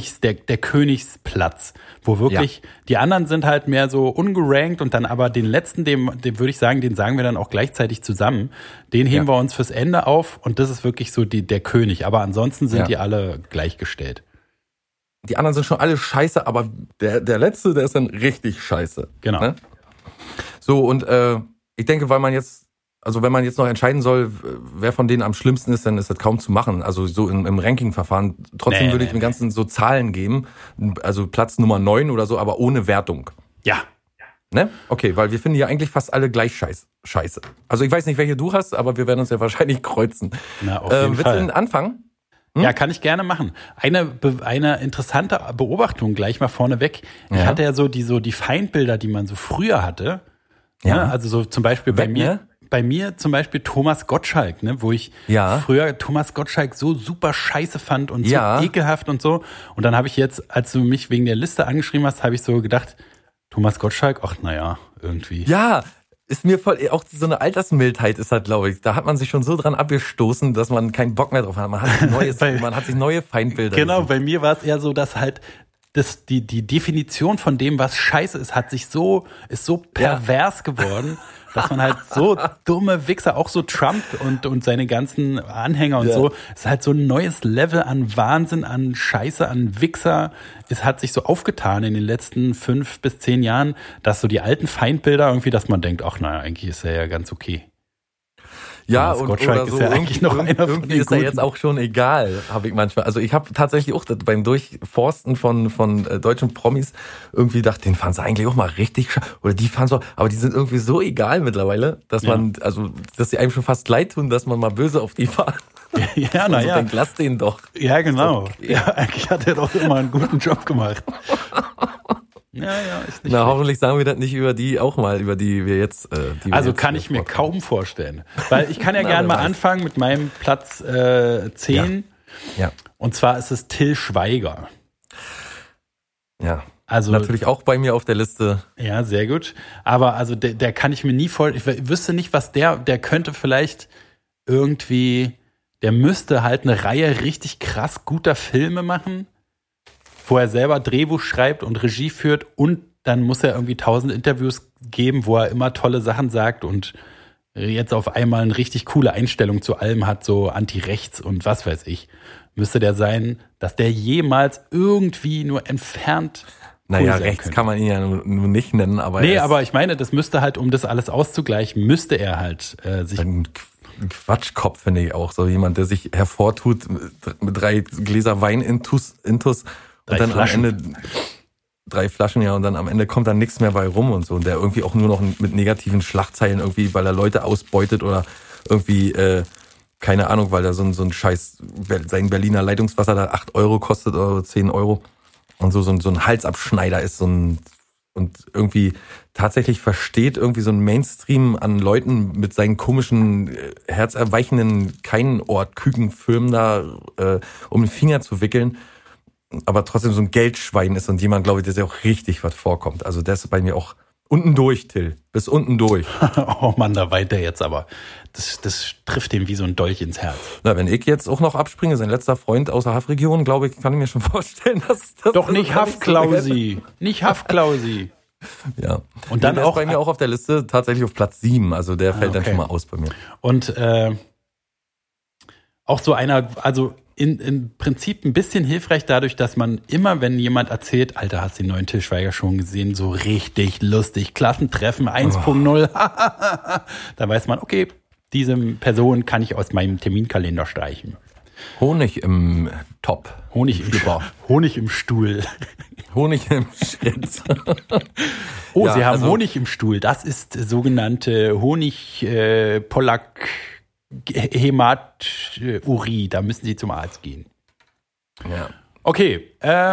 Speaker 3: Königsplatz, wo wirklich, die anderen sind halt mehr so ungerankt und dann aber den letzten, dem würde ich sagen, den sagen wir dann auch gleichzeitig zusammen, den heben wir uns fürs Ende auf und das ist wirklich so der König, aber ansonsten sind die alle gleichgestellt.
Speaker 4: Die anderen sind schon alle scheiße, aber der letzte, der ist dann richtig scheiße.
Speaker 3: Genau.
Speaker 4: Ne? So, und ich denke, wenn man jetzt noch entscheiden soll, wer von denen am schlimmsten ist, dann ist das kaum zu machen. Also so im Ranking-Verfahren. Trotzdem würde ich dem Ganzen so Zahlen geben. Also Platz Nummer 9 oder so, aber ohne Wertung.
Speaker 3: Ja.
Speaker 4: Ne? Okay, weil wir finden ja eigentlich fast alle gleich scheiße. Also ich weiß nicht, welche du hast, aber wir werden uns ja wahrscheinlich kreuzen.
Speaker 3: Na, auf jeden Fall.
Speaker 4: Willst du denn anfangen?
Speaker 3: Ja, kann ich gerne machen. Eine interessante Beobachtung gleich mal vorneweg. Ich hatte ja so die Feindbilder, die man so früher hatte. Ja. Also so zum Beispiel bei mir zum Beispiel Thomas Gottschalk, ne, wo ich früher Thomas Gottschalk so super scheiße fand und so ekelhaft und so. Und dann habe ich jetzt, als du mich wegen der Liste angeschrieben hast, habe ich so gedacht, Thomas Gottschalk, ach naja, irgendwie.
Speaker 4: Ja, ist mir voll, auch so eine Altersmildheit ist halt, glaube ich. Da hat man sich schon so dran abgestoßen, dass man keinen Bock mehr drauf hat. Man hat sich neue Feindbilder.
Speaker 3: Genau, bei mir war es eher so, dass halt die Definition von dem, was Scheiße ist, ist so pervers geworden, dass man halt so dumme Wichser, auch so Trump und seine ganzen Anhänger und so, es ist halt so ein neues Level an Wahnsinn, an Scheiße, an Wichser. Es hat sich so aufgetan in den letzten 5 bis 10 Jahren, dass so die alten Feindbilder irgendwie, dass man denkt, ach naja, eigentlich ist er ja ganz okay.
Speaker 4: Ja, und oder so,
Speaker 3: ist ja eigentlich noch einer von
Speaker 4: irgendwie
Speaker 3: den
Speaker 4: ist er
Speaker 3: Guten.
Speaker 4: jetzt auch schon egal, habe ich manchmal. Also ich habe tatsächlich auch beim Durchforsten von deutschen Promis irgendwie gedacht, den fanden sie eigentlich auch mal richtig oder die fanden so, aber die sind irgendwie so egal mittlerweile, dass dass sie einem schon fast leid tun, dass man mal böse auf die war.
Speaker 3: Ja, naja.
Speaker 4: Dann lass den doch.
Speaker 3: Ja, genau.
Speaker 4: Okay.
Speaker 3: Ja, eigentlich hat er doch immer einen guten Job gemacht. Ja, ist nicht
Speaker 4: Na,
Speaker 3: schlecht.
Speaker 4: hoffentlich sagen wir das nicht über die auch mal, über die wir jetzt. Die wir
Speaker 3: Also
Speaker 4: jetzt
Speaker 3: kann ich mir
Speaker 4: vorkommen.
Speaker 3: kaum vorstellen. Weil ich kann ja
Speaker 4: Na,
Speaker 3: gerne
Speaker 4: wer
Speaker 3: mal
Speaker 4: weiß.
Speaker 3: anfangen mit meinem Platz 10.
Speaker 4: Ja.
Speaker 3: Und zwar ist es Till Schweiger.
Speaker 4: Ja.
Speaker 3: Also
Speaker 4: Natürlich auch bei mir auf der Liste.
Speaker 3: ja, sehr gut. Aber also der kann ich mir nie vorstellen. Ich wüsste nicht, was der könnte vielleicht irgendwie, der müsste halt eine Reihe richtig krass guter Filme machen, wo er selber Drehbuch schreibt und Regie führt und dann muss er irgendwie 1000 Interviews geben, wo er immer tolle Sachen sagt und jetzt auf einmal eine richtig coole Einstellung zu allem hat, so anti-rechts und was weiß ich. Müsste der sein, dass der jemals irgendwie nur entfernt
Speaker 4: Naja,
Speaker 3: sein
Speaker 4: rechts
Speaker 3: könnte.
Speaker 4: kann man ihn ja nur nicht nennen, aber
Speaker 3: Nee,
Speaker 4: er ist
Speaker 3: aber ich meine, das müsste halt, um das alles auszugleichen, müsste er halt sich.
Speaker 4: ein Quatschkopf, finde ich auch. So jemand, der sich hervortut mit 3 Gläser Wein intus und
Speaker 3: 3
Speaker 4: dann
Speaker 3: Flaschen.
Speaker 4: am Ende 3 Flaschen, ja, und dann am Ende kommt dann nichts mehr bei rum und so. Und der irgendwie auch nur noch mit negativen Schlagzeilen irgendwie, weil er Leute ausbeutet oder irgendwie, keine Ahnung, weil er so ein Scheiß, sein Berliner Leitungswasser da 8 Euro kostet oder 10 Euro und so ein Halsabschneider ist, und irgendwie tatsächlich versteht, irgendwie so ein Mainstream an Leuten mit seinen komischen, herzerweichenden Kein-Ort-Kükenfilmen da um den Finger zu wickeln, aber trotzdem so ein Geldschwein ist und jemand, glaube ich, der sich auch richtig was vorkommt. Also der ist bei mir auch unten durch, Till. Bis unten durch.
Speaker 3: Oh Mann, da weint er jetzt aber. Das trifft ihm wie so ein Dolch ins Herz.
Speaker 4: Na, wenn ich jetzt auch noch abspringe, sein letzter Freund aus der Haftregion, glaube ich, kann ich mir schon vorstellen, dass das...
Speaker 3: Doch nicht
Speaker 4: das
Speaker 3: Haftklausi. Nicht Haftklausi.
Speaker 4: Ja.
Speaker 3: Und dann
Speaker 4: der ist
Speaker 3: auch-
Speaker 4: bei mir auch auf der Liste tatsächlich auf Platz 7. Also der fällt dann
Speaker 3: okay.
Speaker 4: schon mal aus bei mir.
Speaker 3: Und auch so einer, also im Prinzip ein bisschen hilfreich dadurch, dass man immer, wenn jemand erzählt, Alter, hast du den neuen Till Schweiger schon gesehen, so richtig lustig, Klassentreffen 1.0, da weiß man, okay, diese Person kann ich aus meinem Terminkalender streichen.
Speaker 4: Honig im Top.
Speaker 3: Honig im Stuhl.
Speaker 4: Honig im Schritt.
Speaker 3: Oh,
Speaker 4: Ja,
Speaker 3: Sie haben
Speaker 4: also-
Speaker 3: Honig im Stuhl. Das ist sogenannte Honig-Pollack Hämaturie. Da müssen Sie zum Arzt gehen.
Speaker 4: Ja.
Speaker 3: Okay,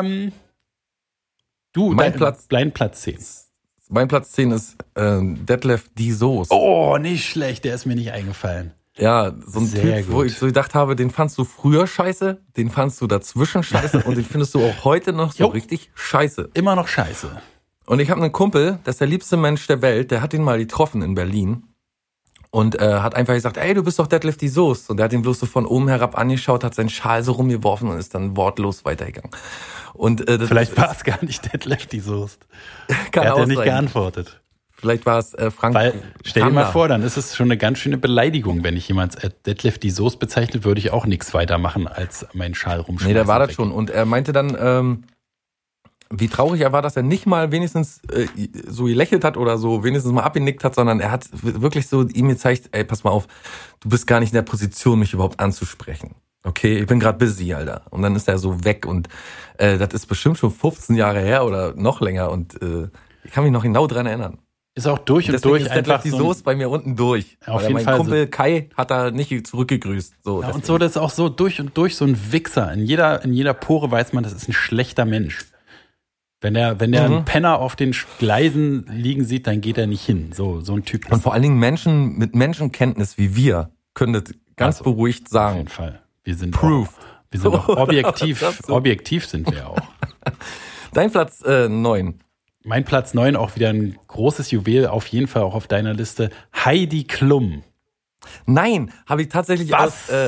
Speaker 3: du,
Speaker 4: Mein Platz-
Speaker 3: dein Platz 10.
Speaker 4: Mein Platz 10 ist Detlef die Soos.
Speaker 3: Oh, nicht schlecht, der ist mir nicht eingefallen.
Speaker 4: Ja, so ein
Speaker 3: Sehr
Speaker 4: Typ, wo
Speaker 3: gut.
Speaker 4: ich so gedacht habe, den fandst du früher scheiße, den fandst du dazwischen scheiße und den findest du auch heute noch so
Speaker 3: Jo.
Speaker 4: richtig scheiße.
Speaker 3: Immer noch scheiße.
Speaker 4: Und ich habe einen Kumpel, das ist der liebste Mensch der Welt, der hat ihn mal getroffen in Berlin und hat einfach gesagt, ey, du bist doch Detlef die Soest. Und der hat ihn bloß so von oben herab angeschaut, hat seinen Schal so rumgeworfen und ist dann wortlos weitergegangen. Und das
Speaker 3: Vielleicht war es gar nicht Detlef die Soest.
Speaker 4: kann
Speaker 3: Er hat ja
Speaker 4: auch
Speaker 3: nicht
Speaker 4: sein.
Speaker 3: geantwortet.
Speaker 4: Vielleicht war es Frank.
Speaker 3: Weil, stell dir mal
Speaker 4: Zander.
Speaker 3: vor, dann ist es schon eine ganz schöne Beleidigung, wenn ich jemand als Detlef die Soest bezeichnet, würde ich auch nichts weiter machen, als meinen Schal rumschmeißen.
Speaker 4: Nee, der war das
Speaker 3: und
Speaker 4: schon. Und er meinte dann, wie traurig er war, dass er nicht mal wenigstens so gelächelt hat oder so wenigstens mal abgenickt hat, sondern er hat wirklich so ihm gezeigt, ey, pass mal auf, du bist gar nicht in der Position, mich überhaupt anzusprechen. Okay, ich bin gerade busy, Alter. Und dann ist er so weg und das ist bestimmt schon 15 Jahre her oder noch länger und ich kann mich noch genau dran erinnern.
Speaker 3: ist auch durch und
Speaker 4: Deswegen
Speaker 3: durch
Speaker 4: ist
Speaker 3: einfach
Speaker 4: die
Speaker 3: so.
Speaker 4: Soße bei mir unten durch.
Speaker 3: Auf
Speaker 4: Weil
Speaker 3: jeden
Speaker 4: mein
Speaker 3: Fall
Speaker 4: Kumpel Kai hat da nicht zurückgegrüßt. So,
Speaker 3: Ja, und
Speaker 4: deswegen.
Speaker 3: so, das ist auch so durch und durch so ein Wichser. In jeder Pore weiß man, das ist ein schlechter Mensch. Wenn der einen Penner auf den Gleisen liegen sieht, dann geht er nicht hin. So ein Typ.
Speaker 4: Und vor allen Dingen Menschen mit Menschenkenntnis wie wir können das ganz
Speaker 3: Also,
Speaker 4: beruhigt
Speaker 3: auf
Speaker 4: sagen.
Speaker 3: jeden Fall. Wir sind
Speaker 4: Proof.
Speaker 3: auch objektiv.
Speaker 4: Das so.
Speaker 3: Objektiv sind wir auch.
Speaker 4: Dein Platz 9.
Speaker 3: Mein Platz 9, auch wieder ein großes Juwel, auf jeden Fall auch auf deiner Liste. Heidi Klum.
Speaker 4: Nein, habe ich tatsächlich
Speaker 3: Was?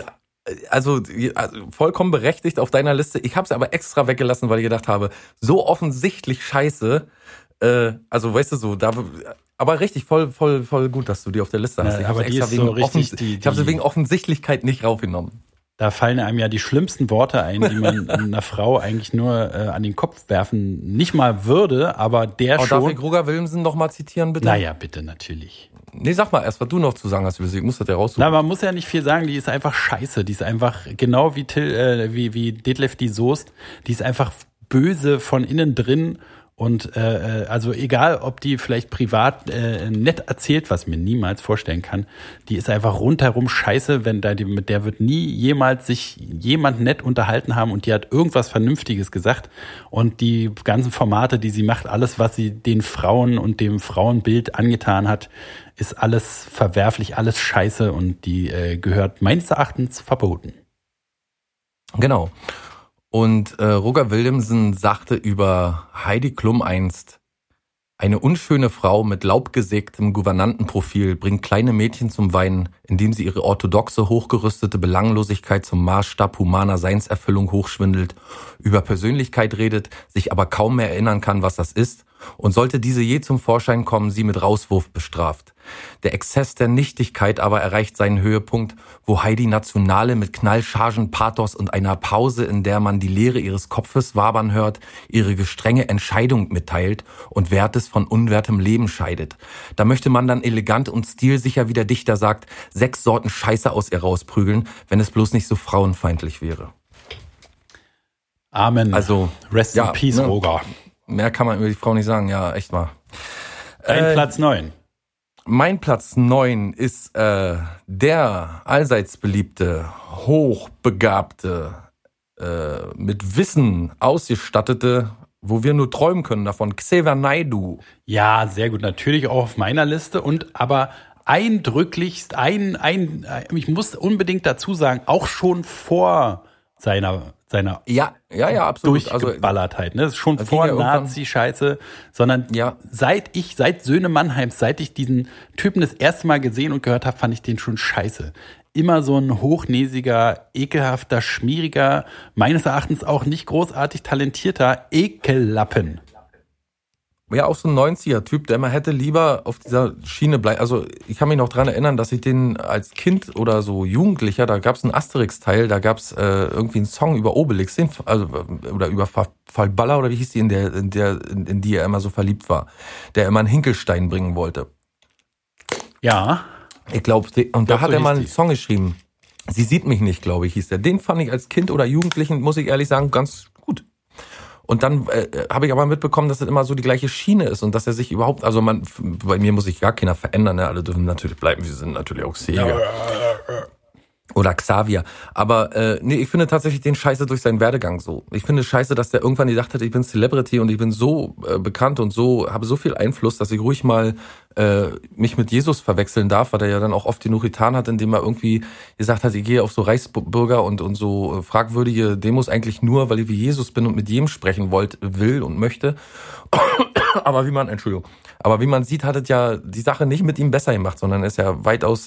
Speaker 4: Also vollkommen berechtigt auf deiner Liste. Ich habe es aber extra weggelassen, weil ich gedacht habe, so offensichtlich scheiße. Also weißt du so, aber richtig voll gut, dass du die auf der Liste hast.
Speaker 3: Ja, aber die ist so richtig,
Speaker 4: ich habe sie wegen Offensichtlichkeit nicht raufgenommen.
Speaker 3: Da fallen einem ja die schlimmsten Worte ein, die man einer Frau eigentlich nur an den Kopf werfen nicht mal würde, aber der schon.
Speaker 4: Darf ich Roger Willemsen noch mal zitieren, bitte?
Speaker 3: Naja, bitte, natürlich.
Speaker 4: Nee, sag mal erst, was du noch zu sagen hast. Ich muss das ja raussuchen.
Speaker 3: Na, man muss ja nicht viel sagen, die ist einfach scheiße. Die ist einfach genau wie Detlef die Soest. Die ist einfach böse von innen drin. Und also egal, ob die vielleicht privat nett erzählt, was ich mir niemals vorstellen kann, die ist einfach rundherum scheiße, mit der wird nie jemals sich jemand nett unterhalten haben und die hat irgendwas Vernünftiges gesagt. Und die ganzen Formate, die sie macht, alles, was sie den Frauen und dem Frauenbild angetan hat, ist alles verwerflich, alles scheiße und die gehört meines Erachtens verboten.
Speaker 4: Genau. Und Roger Willemsen sagte über Heidi Klum einst, eine unschöne Frau mit laubgesägtem Gouvernantenprofil bringt kleine Mädchen zum Weinen, indem sie ihre orthodoxe, hochgerüstete Belanglosigkeit zum Maßstab humaner Seinserfüllung hochschwindelt, über Persönlichkeit redet, sich aber kaum mehr erinnern kann, was das ist, und sollte diese je zum Vorschein kommen, sie mit Rauswurf bestraft. Der Exzess der Nichtigkeit aber erreicht seinen Höhepunkt, wo Heidi Nationale mit knallchargen Pathos und einer Pause, in der man die Leere ihres Kopfes wabern hört, ihre gestrenge Entscheidung mitteilt und Wertes von unwertem Leben scheidet. Da möchte man dann elegant und stilsicher, wie der Dichter sagt, 6 Sorten Scheiße aus ihr rausprügeln, wenn es bloß nicht so frauenfeindlich wäre.
Speaker 3: Amen.
Speaker 4: Also
Speaker 3: Rest in Peace,
Speaker 4: ne?
Speaker 3: Roger.
Speaker 4: Mehr kann man über die Frau nicht sagen, ja, echt mal.
Speaker 3: Platz 9.
Speaker 4: Mein Platz 9 ist der allseits beliebte, hochbegabte, mit Wissen ausgestattete, wo wir nur träumen können davon, Xavier Naidoo.
Speaker 3: Ja, sehr gut. Natürlich auch auf meiner Liste und aber eindrücklichst, ich muss unbedingt dazu sagen, auch schon vor seiner
Speaker 4: ja, absolut.
Speaker 3: Durchgeballertheit, ne? Das ist schon vor Nazi-Scheiße, sondern seit Söhne Mannheims, seit ich diesen Typen das erste Mal gesehen und gehört habe, fand ich den schon scheiße. Immer so ein hochnäsiger, ekelhafter, schmieriger, meines Erachtens auch nicht großartig talentierter Ekellappen.
Speaker 4: Ja, auch so ein 90er-Typ, der immer hätte lieber auf dieser Schiene bleiben. Also ich kann mich noch dran erinnern, dass ich den als Kind oder so Jugendlicher, da gab es einen Asterix-Teil, da gab es irgendwie einen Song über Obelix, oder über Falballa oder wie hieß die, in die er immer so verliebt war, der immer einen Hinkelstein bringen wollte.
Speaker 3: Ja.
Speaker 4: Ich glaube, und da hat er mal einen Song geschrieben. Sie sieht mich nicht, glaube ich, hieß der. Den fand ich als Kind oder Jugendlichen, muss ich ehrlich sagen, ganz gut. Und dann habe ich aber mitbekommen, dass es immer so die gleiche Schiene ist und dass er sich überhaupt, also bei mir muss sich gar keiner verändern, ne? Alle dürfen natürlich bleiben, wir sind natürlich auch Sega. Oder Xavier. Aber nee, ich finde tatsächlich den Scheiße durch seinen Werdegang so. Ich finde scheiße, dass der irgendwann gedacht hat, ich bin Celebrity und ich bin so bekannt und so, habe so viel Einfluss, dass ich ruhig mal mich mit Jesus verwechseln darf, weil er ja dann auch oft genug getan hat, indem er irgendwie gesagt hat, ich gehe auf so Reichsbürger und so fragwürdige Demos eigentlich nur, weil ich wie Jesus bin und mit jedem sprechen will und möchte. Aber wie man sieht, hat es ja die Sache nicht mit ihm besser gemacht, sondern ist ja weitaus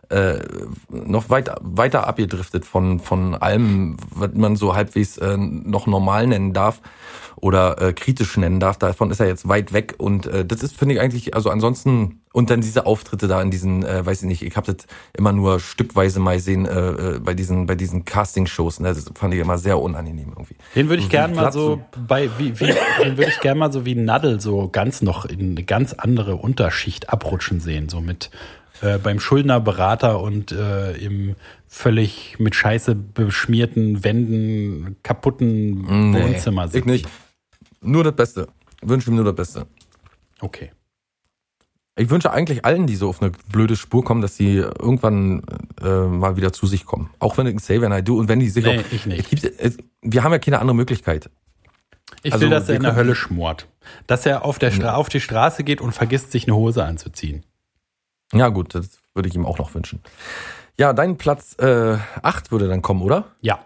Speaker 4: noch weiter abgedriftet von allem, was man so halbwegs noch normal nennen darf oder kritisch nennen darf. Davon ist er jetzt weit weg und das ist, finde ich eigentlich, also ansonsten, und dann diese Auftritte da in diesen, weiß ich nicht, ich habe das immer nur stückweise mal sehen bei diesen Casting-Shows, ne? Das fand ich immer sehr unangenehm irgendwie.
Speaker 3: Den würde ich gerne mal so den würde ich gerne mal so wie Nadel so ganz noch in eine ganz andere Unterschicht abrutschen sehen, so mit beim Schuldnerberater und im völlig mit Scheiße beschmierten Wänden, kaputten Wohnzimmer sitzen.
Speaker 4: Ich nicht. Nur das Beste. Ich wünsche ihm nur das Beste.
Speaker 3: Okay.
Speaker 4: Ich wünsche eigentlich allen, die so auf eine blöde Spur kommen, dass sie irgendwann mal wieder zu sich kommen. Auch wenn ich ein Xavier Naidoo und wenn die sich
Speaker 3: ich nicht.
Speaker 4: Wir haben ja keine andere Möglichkeit.
Speaker 3: Ich will, dass er in der Hölle schmort. Dass er auf die Straße geht und vergisst, sich eine Hose anzuziehen.
Speaker 4: Ja gut, das würde ich ihm auch noch wünschen. Ja, dein Platz 8 würde dann kommen, oder?
Speaker 3: Ja.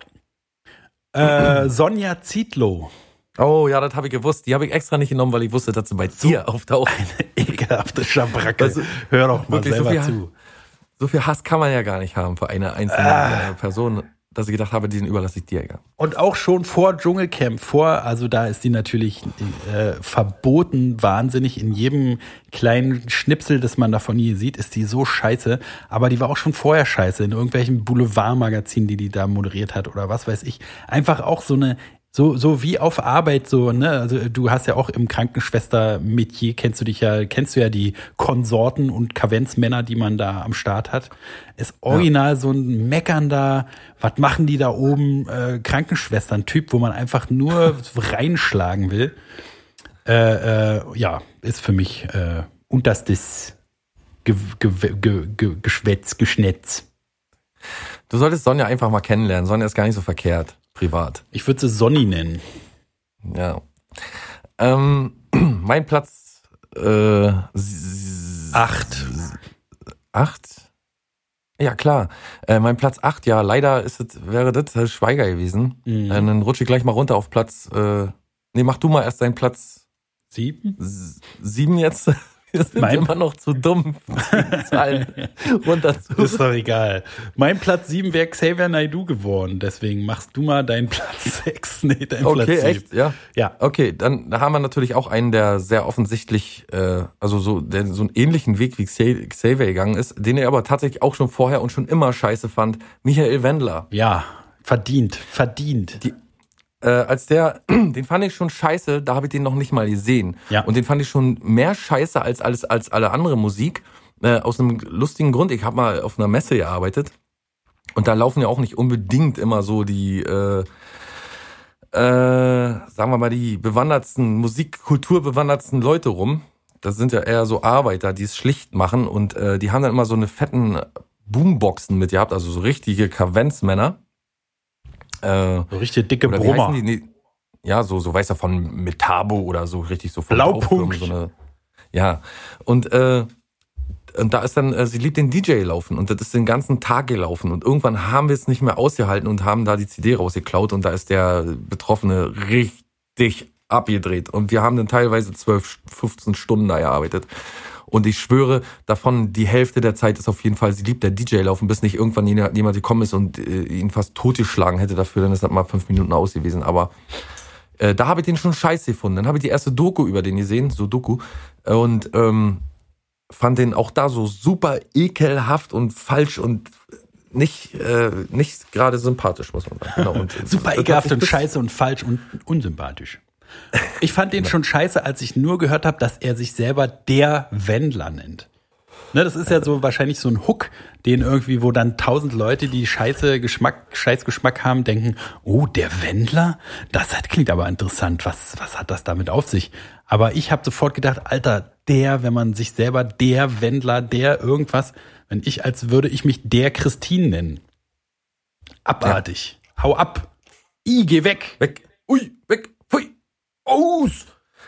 Speaker 3: Sonja Zietlow.
Speaker 4: Oh ja, das habe ich gewusst. Die habe ich extra nicht genommen, weil ich wusste, dass sie bei dir auftaucht.
Speaker 3: Eine ekelhafte Schabracke. Also, hör doch mal selber zu.
Speaker 4: So viel Hass kann man ja gar nicht haben für eine einzelne Person. dass ich gedacht habe, den überlasse ich dir. Ja.
Speaker 3: Und auch schon vor Dschungelcamp, also da ist die natürlich verboten, wahnsinnig. In jedem kleinen Schnipsel, das man davon hier sieht, ist die so scheiße. Aber die war auch schon vorher scheiße, in irgendwelchen Boulevardmagazinen, die da moderiert hat oder was weiß ich. Einfach auch so wie auf Arbeit, so, ne, also du hast ja auch im Krankenschwester-Metier, kennst du ja die Konsorten und Kavenzmänner, die man da am Start hat. Ist original so ein meckernder, was machen die da oben, Krankenschwestern-Typ, wo man einfach nur reinschlagen will. Ist für mich unterstes Geschnetz.
Speaker 4: Du solltest Sonja einfach mal kennenlernen. Sonja ist gar nicht so verkehrt. Privat.
Speaker 3: Ich würde sie Sonny nennen.
Speaker 4: Ja. Mein Platz
Speaker 3: 8.
Speaker 4: 8? Ja, klar. Mein Platz 8, ja, leider wäre das Schweiger gewesen. Dann rutsche ich gleich mal runter auf Platz. Mach du mal erst deinen Platz
Speaker 3: 7?
Speaker 4: 7 jetzt. Wir sind immer noch zu dumm, die Zahlen runter zu.
Speaker 3: Ist doch egal. Mein Platz 7 wäre Xavier Naidoo geworden. Deswegen machst du mal deinen Platz 6. Nee, deinen Platz 7.
Speaker 4: Okay, echt? Ja?
Speaker 3: Ja.
Speaker 4: Okay, dann haben wir natürlich auch einen, der sehr offensichtlich, der so einen ähnlichen Weg wie Xavier gegangen ist, den er aber tatsächlich auch schon vorher und schon immer scheiße fand. Michael Wendler.
Speaker 3: Ja, verdient.
Speaker 4: Den fand ich schon scheiße, da habe ich den noch nicht mal gesehen.
Speaker 3: Ja.
Speaker 4: Und den fand ich schon mehr scheiße als alle andere Musik. Aus einem lustigen Grund, ich habe mal auf einer Messe gearbeitet und da laufen ja auch nicht unbedingt immer so die, sagen wir mal, die kulturbewandertsten Leute rum. Das sind ja eher so Arbeiter, die es schlicht machen und die haben dann immer so eine fetten Boomboxen mit gehabt, also so richtige Kavenzmänner.
Speaker 3: So richtig dicke Brummer.
Speaker 4: Ja, so weißt du, von Metabo oder so, richtig so von
Speaker 3: Blaupunkt.
Speaker 4: So eine, ja, und da ist dann, sie liebt den DJ laufen und das ist den ganzen Tag gelaufen und irgendwann haben wir es nicht mehr ausgehalten und haben da die CD rausgeklaut und da ist der Betroffene richtig abgedreht und wir haben dann teilweise 12, 15 Stunden da gearbeitet. Und ich schwöre, davon die Hälfte der Zeit ist auf jeden Fall, sie liebt der DJ laufen, bis nicht irgendwann jemand gekommen ist und ihn fast totgeschlagen hätte dafür, dann ist das mal 5 Minuten aus gewesen. Aber da habe ich den schon scheiße gefunden. Dann habe ich die erste Doku über den gesehen, so Doku, und fand den auch da so super ekelhaft und falsch und nicht gerade sympathisch, muss man sagen. Genau. Und
Speaker 3: super ekelhaft und scheiße und falsch und unsympathisch. Ich fand den schon scheiße, als ich nur gehört habe, dass er sich selber der Wendler nennt. Ne, das ist ja so wahrscheinlich so ein Hook, den irgendwie, wo dann 1000 Leute, die scheiß Geschmack haben, denken, oh, der Wendler? Das klingt aber interessant. Was hat das damit auf sich? Aber ich habe sofort gedacht, Alter, wenn man sich selber der Wendler, der irgendwas, als würde ich mich der Christine nennen. Abartig. Ja. Hau ab. Geh weg.
Speaker 4: Weg. Ui, weg. Hui. Aus!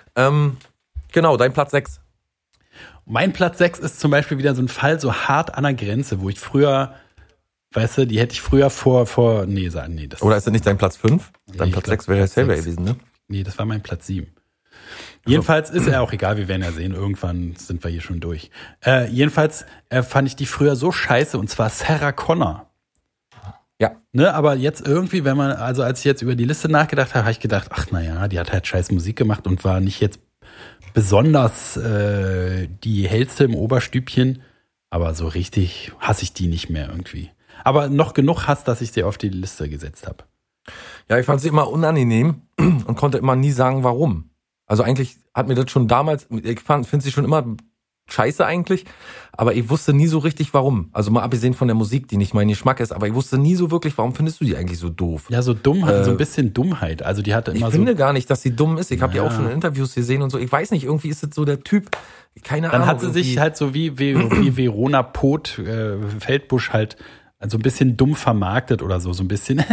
Speaker 4: Genau, dein Platz 6.
Speaker 3: Mein Platz 6 ist zum Beispiel wieder so ein Fall so hart an der Grenze, wo ich früher, weißt du, die hätte ich früher das.
Speaker 4: Oder ist das nicht dein Platz 5? Dein Platz 6 wäre ja selber gewesen, ne?
Speaker 3: Nee, das war mein Platz 7. Jedenfalls ist er auch egal, wir werden ja sehen, irgendwann sind wir hier schon durch. Jedenfalls fand ich die früher so scheiße, und zwar Sarah Connor.
Speaker 4: Ja.
Speaker 3: Ne, aber jetzt irgendwie, als ich jetzt über die Liste nachgedacht habe, habe ich gedacht, ach naja, die hat halt scheiß Musik gemacht und war nicht jetzt besonders die hellste im Oberstübchen, aber so richtig hasse ich die nicht mehr irgendwie. Aber noch genug Hass, dass ich sie auf die Liste gesetzt habe.
Speaker 4: Ja, ich fand sie immer unangenehm und konnte immer nie sagen, warum. Also eigentlich hat mir das schon damals, ich finde sie schon immer scheiße eigentlich, aber ich wusste nie so richtig, warum. Also mal abgesehen von der Musik, die nicht mein Geschmack ist, aber ich wusste nie so wirklich, warum findest du die eigentlich so doof?
Speaker 3: Ja, so Dummheit, so ein bisschen Dummheit. Also die hatte immer
Speaker 4: ich finde gar nicht, dass sie dumm ist. Ich habe die auch schon in Interviews gesehen und so. Ich weiß nicht, irgendwie ist das so der Typ, keine Ahnung.
Speaker 3: Dann hat sie sich halt so wie Verona Poth, Feldbusch halt so ein bisschen dumm vermarktet oder so ein bisschen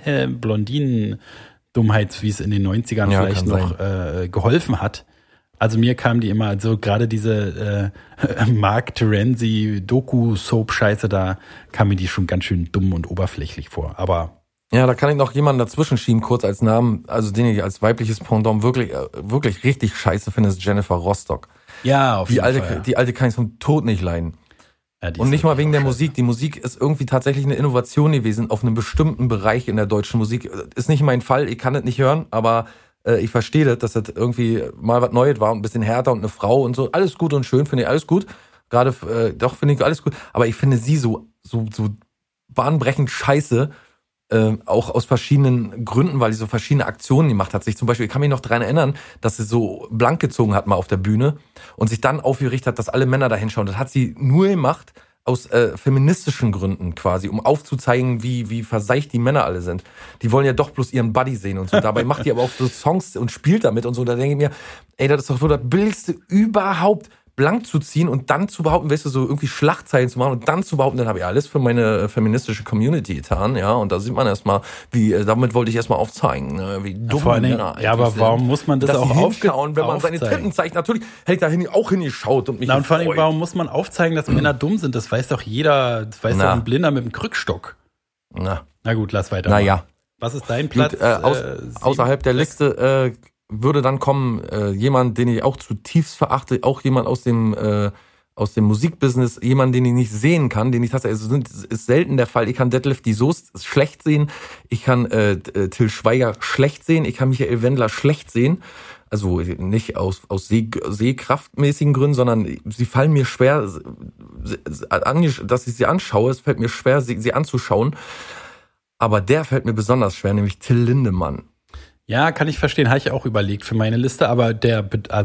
Speaker 3: Blondinen-Dummheit, wie es in den 90ern vielleicht noch geholfen hat. Also mir kamen die immer, also gerade diese Mark Terenzi Doku-Soap-Scheiße, da kam mir die schon ganz schön dumm und oberflächlich vor. Aber
Speaker 4: ja, da kann ich noch jemanden dazwischen schieben, kurz als Namen, also den ich als weibliches Pendant wirklich richtig scheiße finde, ist Jennifer Rostock.
Speaker 3: Ja, auf jeden Fall.
Speaker 4: Die alte kann ich vom Tod nicht leiden.
Speaker 3: Ja, die
Speaker 4: Und
Speaker 3: ist
Speaker 4: nicht mal
Speaker 3: wirklich
Speaker 4: wegen der
Speaker 3: auch
Speaker 4: Musik. Die Musik ist irgendwie tatsächlich eine Innovation gewesen auf einem bestimmten Bereich in der deutschen Musik. Ist nicht mein Fall, ich kann das nicht hören, aber ich verstehe das, dass das irgendwie mal was Neues war und ein bisschen härter und eine Frau und so. Alles gut und schön, finde ich alles gut. Gerade, doch, finde ich alles gut. Aber ich finde sie so bahnbrechend scheiße, auch aus verschiedenen Gründen, weil sie so verschiedene Aktionen gemacht hat. Zum Beispiel, ich kann mich noch daran erinnern, dass sie so blank gezogen hat mal auf der Bühne und sich dann aufgeregt hat, dass alle Männer da hinschauen. Das hat sie nur gemacht aus feministischen Gründen quasi, um aufzuzeigen, wie verseicht die Männer alle sind. Die wollen ja doch bloß ihren Buddy sehen und so. Dabei macht die aber auch so Songs und spielt damit und so. Da denke ich mir, ey, das ist doch wohl das Billigste überhaupt, blank zu ziehen und dann zu behaupten, weißt du, so irgendwie Schlagzeilen zu machen und dann zu behaupten, dann habe ich alles für meine feministische Community getan, ja, und da sieht man erstmal, damit wollte ich erstmal aufzeigen, wie dumm
Speaker 3: vor allen Dingen,
Speaker 4: Männer eigentlich
Speaker 3: ja, aber warum
Speaker 4: sind.
Speaker 3: muss man das
Speaker 4: Dass
Speaker 3: auch
Speaker 4: sie hinschauen, wenn man seine
Speaker 3: aufzeigen?
Speaker 4: Titten zeigt? Natürlich hätte ich da auch hingeschaut und mich
Speaker 3: Na, und vor allem,
Speaker 4: gefreut.
Speaker 3: warum muss man aufzeigen, dass Männer dumm sind? Das weiß doch jeder, das weiß doch ein Blinder mit dem Krückstock.
Speaker 4: Na
Speaker 3: gut, lass weiter.
Speaker 4: ja.
Speaker 3: Was ist dein Platz?
Speaker 4: Gut, außerhalb der Liste würde dann kommen jemand, den ich auch zutiefst verachte, auch jemand aus dem Musikbusiness, jemand, den ich nicht sehen kann, den ich tatsächlich, also ist selten der Fall. Ich kann Detlef die Soest schlecht sehen, ich kann Till Schweiger schlecht sehen, ich kann Michael Wendler schlecht sehen. Also nicht aus sehkraftmäßigen Gründen, sondern sie fallen mir schwer, dass ich sie anschaue. Es fällt mir schwer, sie anzuschauen. Aber der fällt mir besonders schwer, nämlich Till Lindemann.
Speaker 3: Ja, kann ich verstehen, habe ich auch überlegt für meine Liste, aber der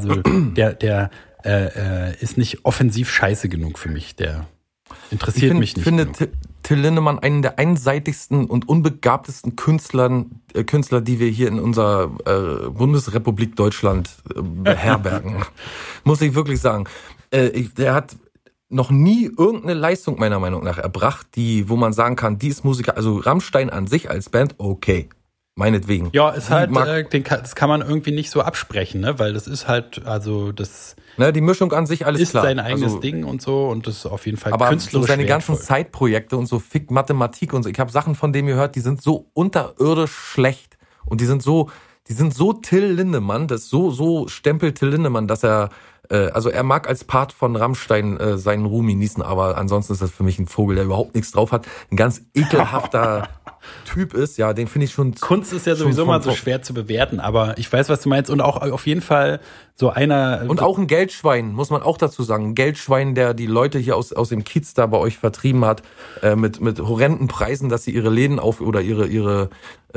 Speaker 3: ist nicht offensiv scheiße genug für mich. Der interessiert mich nicht. Ich finde
Speaker 4: Till Lindemann einen der einseitigsten und unbegabtesten Künstler, die wir hier in unserer Bundesrepublik Deutschland beherbergen. Muss ich wirklich sagen. Der hat noch nie irgendeine Leistung meiner Meinung nach erbracht, wo man sagen kann, die ist Musiker, also Rammstein an sich als Band, okay. Meinetwegen.
Speaker 3: Ja, ist halt, das kann man irgendwie nicht so absprechen, ne? Weil das ist halt, also das
Speaker 4: die Mischung an sich, alles
Speaker 3: ist
Speaker 4: klar.
Speaker 3: sein eigenes Ding und so und das ist auf jeden Fall
Speaker 4: aber
Speaker 3: künstlerisch
Speaker 4: so seine
Speaker 3: wertvoll.
Speaker 4: ganzen Zeitprojekte und so Mathematik und so, ich habe Sachen von dem gehört, die sind so unterirdisch schlecht und die sind so Till Lindemann, das so stempelt Till Lindemann, dass er er mag als Part von Rammstein seinen Ruhm genießen, aber ansonsten ist das für mich ein Vogel, der überhaupt nichts drauf hat, ein ganz ekelhafter Typ ist, ja, den finde ich schon.
Speaker 3: Kunst ist ja sowieso mal so schwer zu bewerten, aber ich weiß, was du meinst und auch auf jeden Fall so einer.
Speaker 4: Und auch ein Geldschwein, muss man auch dazu sagen. Ein Geldschwein, der die Leute hier aus dem Kiez da bei euch vertrieben hat, mit horrenden Preisen, dass sie ihre Läden ihre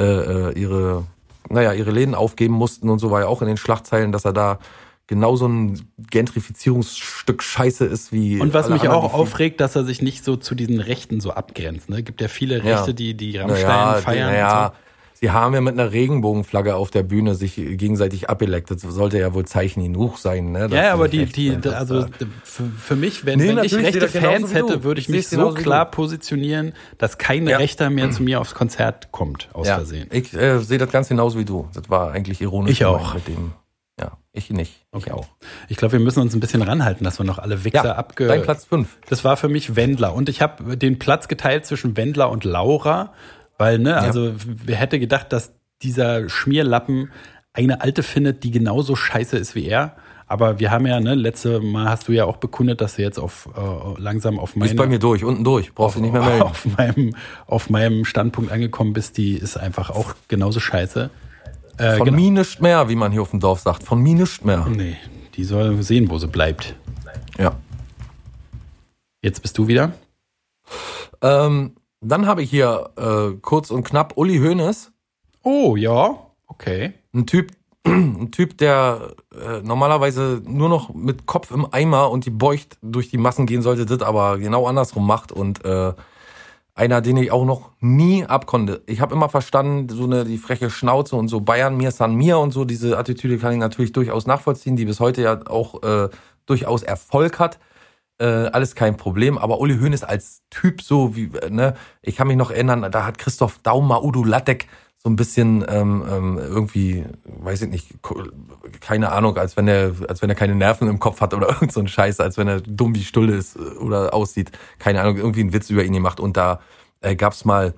Speaker 4: Läden aufgeben mussten und so, war ja auch in den Schlagzeilen, dass er da genauso ein Gentrifizierungsstück Scheiße ist wie.
Speaker 3: Und was
Speaker 4: alle
Speaker 3: mich
Speaker 4: anderen,
Speaker 3: auch aufregt, dass er sich nicht so zu diesen Rechten so abgrenzt. Ne? Gibt ja viele Rechte, die Rammstein feiern.
Speaker 4: Und so. Sie haben ja mit einer Regenbogenflagge auf der Bühne sich gegenseitig abgeleckt. Das sollte ja wohl Zeichen genug sein. Ne?
Speaker 3: Ja, aber für mich, wenn ich rechte Fans hätte, würde ich mich so klar positionieren, dass kein Rechter mehr zu mir aufs Konzert kommt, aus Versehen.
Speaker 4: Ich sehe das ganz genauso wie du. Das war eigentlich ironisch.
Speaker 3: Ich auch.
Speaker 4: Mit dem. Ja, ich nicht.
Speaker 3: Okay. Ich auch. Ich glaube, wir müssen uns ein bisschen ranhalten, dass wir noch alle Wichser
Speaker 4: Dein Platz 5.
Speaker 3: Das war für mich Wendler. Und ich habe den Platz geteilt zwischen Wendler und Laura, weil, wer hätte gedacht, dass dieser Schmierlappen eine Alte findet, die genauso scheiße ist wie er. Aber wir haben ja, letzte Mal hast du ja auch bekundet, dass du jetzt langsam auf meine...
Speaker 4: Ist bei mir unten durch, brauchst du nicht mehr melden.
Speaker 3: Auf meinem Standpunkt angekommen bist, die ist einfach auch genauso scheiße.
Speaker 4: Von mir nicht mehr, wie man hier auf dem Dorf sagt. Von mir nicht mehr.
Speaker 3: Nee, die soll sehen, wo sie bleibt.
Speaker 4: Ja.
Speaker 3: Jetzt bist du wieder.
Speaker 4: Dann habe ich hier kurz und knapp Uli Hoeneß.
Speaker 3: Oh, ja, okay.
Speaker 4: Ein Typ, der normalerweise nur noch mit Kopf im Eimer und die Beucht durch die Massen gehen sollte, das aber genau andersrum macht und einer, den ich auch noch nie abkonnte. Ich habe immer verstanden, die freche Schnauze und so Bayern, mir san mir und so, diese Attitüde kann ich natürlich durchaus nachvollziehen, die bis heute ja auch durchaus Erfolg hat. Alles kein Problem, aber Uli Hoeneß als Typ so wie, ich kann mich noch erinnern, da hat Christoph Daum Udo Lattek so ein bisschen irgendwie, weiß ich nicht, keine Ahnung, als wenn er keine Nerven im Kopf hat oder irgend so ein Scheiß, als wenn er dumm wie Stulle ist oder aussieht. Keine Ahnung, irgendwie einen Witz über ihn gemacht. Und da gab's mal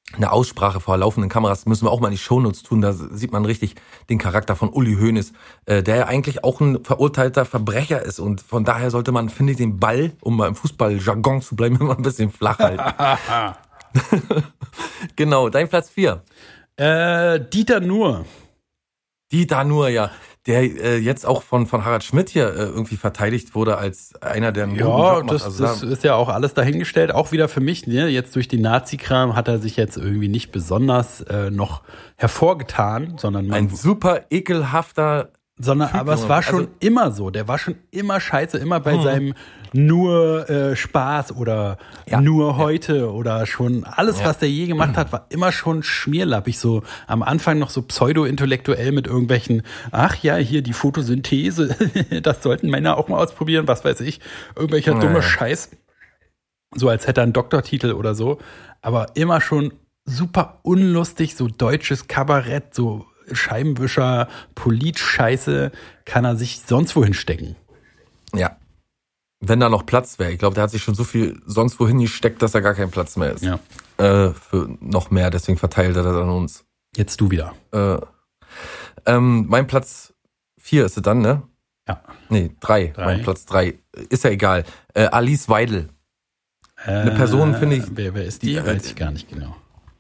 Speaker 4: eine Aussprache vor laufenden Kameras, müssen wir auch mal in die Shownotes tun, da sieht man richtig den Charakter von Uli Hoeneß, der ja eigentlich auch ein verurteilter Verbrecher ist und von daher sollte man, finde ich, den Ball, um mal im Fußball-Jargon zu bleiben, immer ein bisschen flach halten. Genau, dein Platz 4.
Speaker 3: Dieter Nuhr.
Speaker 4: Dieter Nuhr, ja. Der jetzt auch von Harald Schmidt hier irgendwie verteidigt wurde als einer, der einen guten Job macht.
Speaker 3: Also das ist ja auch alles dahingestellt. Auch wieder für mich, ne? Jetzt durch den Nazi-Kram hat er sich jetzt irgendwie nicht besonders noch hervorgetan, sondern
Speaker 4: ein super ekelhafter Typ,
Speaker 3: aber es war schon immer so. Der war schon immer scheiße, immer bei seinem nur Spaß oder nur heute oder schon alles, was der je gemacht hat, war immer schon schmierlappig. So am Anfang noch so pseudo-intellektuell mit irgendwelchen, ach ja, hier die Photosynthese, das sollten Männer auch mal ausprobieren, was weiß ich. Irgendwelcher dummer Scheiß. So als hätte er einen Doktortitel oder so. Aber immer schon super unlustig, so deutsches Kabarett, so Scheibenwischer, Polit-Scheiße kann er sich sonst wohin stecken.
Speaker 4: Ja. Wenn da noch Platz wäre. Ich glaube, der hat sich schon so viel sonst wohin gesteckt, dass da gar kein Platz mehr ist.
Speaker 3: Ja.
Speaker 4: Für noch mehr, deswegen verteilt er das an uns.
Speaker 3: Jetzt du wieder.
Speaker 4: Mein Platz 4 ist es dann, ne?
Speaker 3: Ja.
Speaker 4: Nee, 3. Mein Platz 3. Ist ja egal. Alice Weidel. Eine Person, finde ich.
Speaker 3: Wer ist die? Weiß ich gar nicht genau.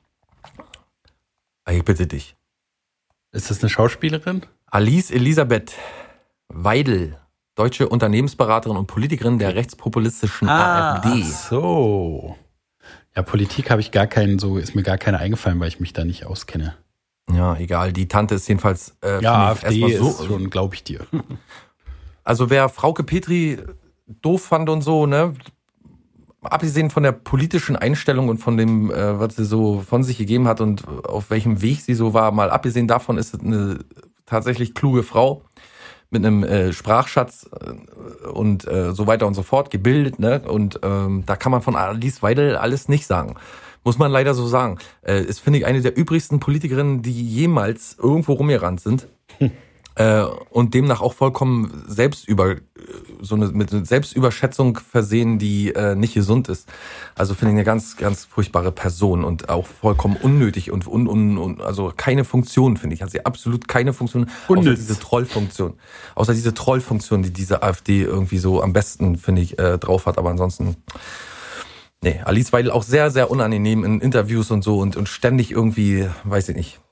Speaker 4: Ich bitte dich.
Speaker 3: Ist das eine Schauspielerin?
Speaker 4: Alice Elisabeth Weidel, deutsche Unternehmensberaterin und Politikerin der rechtspopulistischen AfD.
Speaker 3: Ach so. Ja, Politik habe ich ist mir gar keine eingefallen, weil ich mich da nicht auskenne.
Speaker 4: Ja, egal. Die Tante ist jedenfalls
Speaker 3: AfD ist schon, glaube ich dir.
Speaker 4: Also wer Frauke Petry doof fand und so, ne, abgesehen von der politischen Einstellung und von dem, was sie so von sich gegeben hat und auf welchem Weg sie so war, mal abgesehen davon ist es eine tatsächlich kluge Frau mit einem Sprachschatz und so weiter und so fort, gebildet, ne? Und da kann man von Alice Weidel alles nicht sagen. Muss man leider so sagen. Ist, finde ich, eine der übrigsten Politikerinnen, die jemals irgendwo rumgerannt sind. Und demnach auch vollkommen mit Selbstüberschätzung versehen, die nicht gesund ist. Also finde ich eine ganz, ganz furchtbare Person und auch vollkommen unnötig und also keine Funktion, finde ich. Hat sie absolut keine Funktion, außer diese Trollfunktion. Außer diese Trollfunktion, die diese AfD irgendwie so am besten, finde ich, drauf hat. Aber ansonsten, nee, Alice Weidel auch sehr, sehr unangenehm in Interviews und so und ständig irgendwie, weiß ich nicht,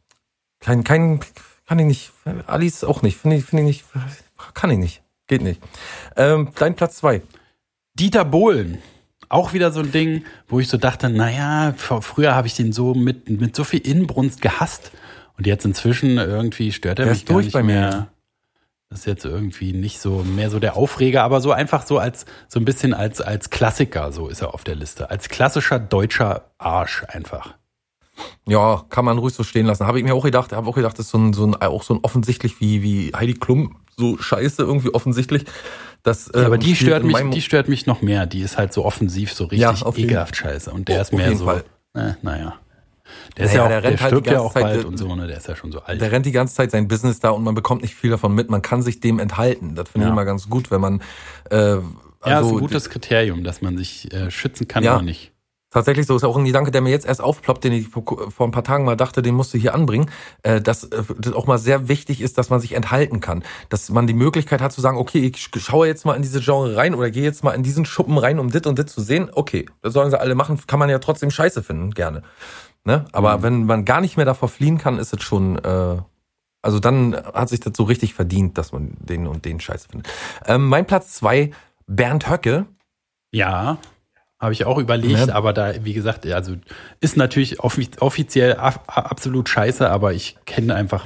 Speaker 4: kann ich nicht. Alice auch nicht. Finde ich nicht. Kann ich nicht. Geht nicht. Dein Platz 2.
Speaker 3: Dieter Bohlen. Auch wieder so ein Ding, wo ich so dachte, naja, früher habe ich den so mit so viel Inbrunst gehasst. Und jetzt inzwischen irgendwie stört er mich gar nicht mehr. Das ist jetzt irgendwie nicht so mehr so der Aufreger, aber so einfach so so ein bisschen als Klassiker, so ist er auf der Liste. Als klassischer deutscher Arsch einfach.
Speaker 4: Ja, kann man ruhig so stehen lassen. Habe ich mir auch gedacht. Habe auch gedacht, das ist auch so ein offensichtlich wie Heidi Klum, so scheiße irgendwie offensichtlich.
Speaker 3: Aber die stört mich noch mehr. Die ist halt so offensiv, so richtig ekelhaft scheiße. Und der ist mehr so, naja. Der stirbt ja auch bald und so, ne? Der ist ja schon so alt.
Speaker 4: Der rennt die ganze Zeit sein Business da und man bekommt nicht viel davon mit. Man kann sich dem enthalten. Das finde ich immer ganz gut, wenn man
Speaker 3: ja, ist ein gutes Kriterium, dass man sich schützen kann oder nicht.
Speaker 4: Tatsächlich so, ist auch ein Gedanke, der mir jetzt erst aufploppt, den ich vor ein paar Tagen mal dachte, den musst du hier anbringen, dass das auch mal sehr wichtig ist, dass man sich enthalten kann. Dass man die Möglichkeit hat zu sagen, okay, ich schaue jetzt mal in diese Genre rein oder gehe jetzt mal in diesen Schuppen rein, um dit und dit zu sehen. Okay, das sollen sie alle machen, kann man ja trotzdem scheiße finden, gerne. Ne? Aber wenn man gar nicht mehr davor fliehen kann, ist es schon, also dann hat sich das so richtig verdient, dass man den und den scheiße findet. Mein Platz 2, Bernd Höcke.
Speaker 3: Ja. Habe ich auch überlegt, aber da, wie gesagt, also ist natürlich offiziell absolut scheiße, aber ich kenne einfach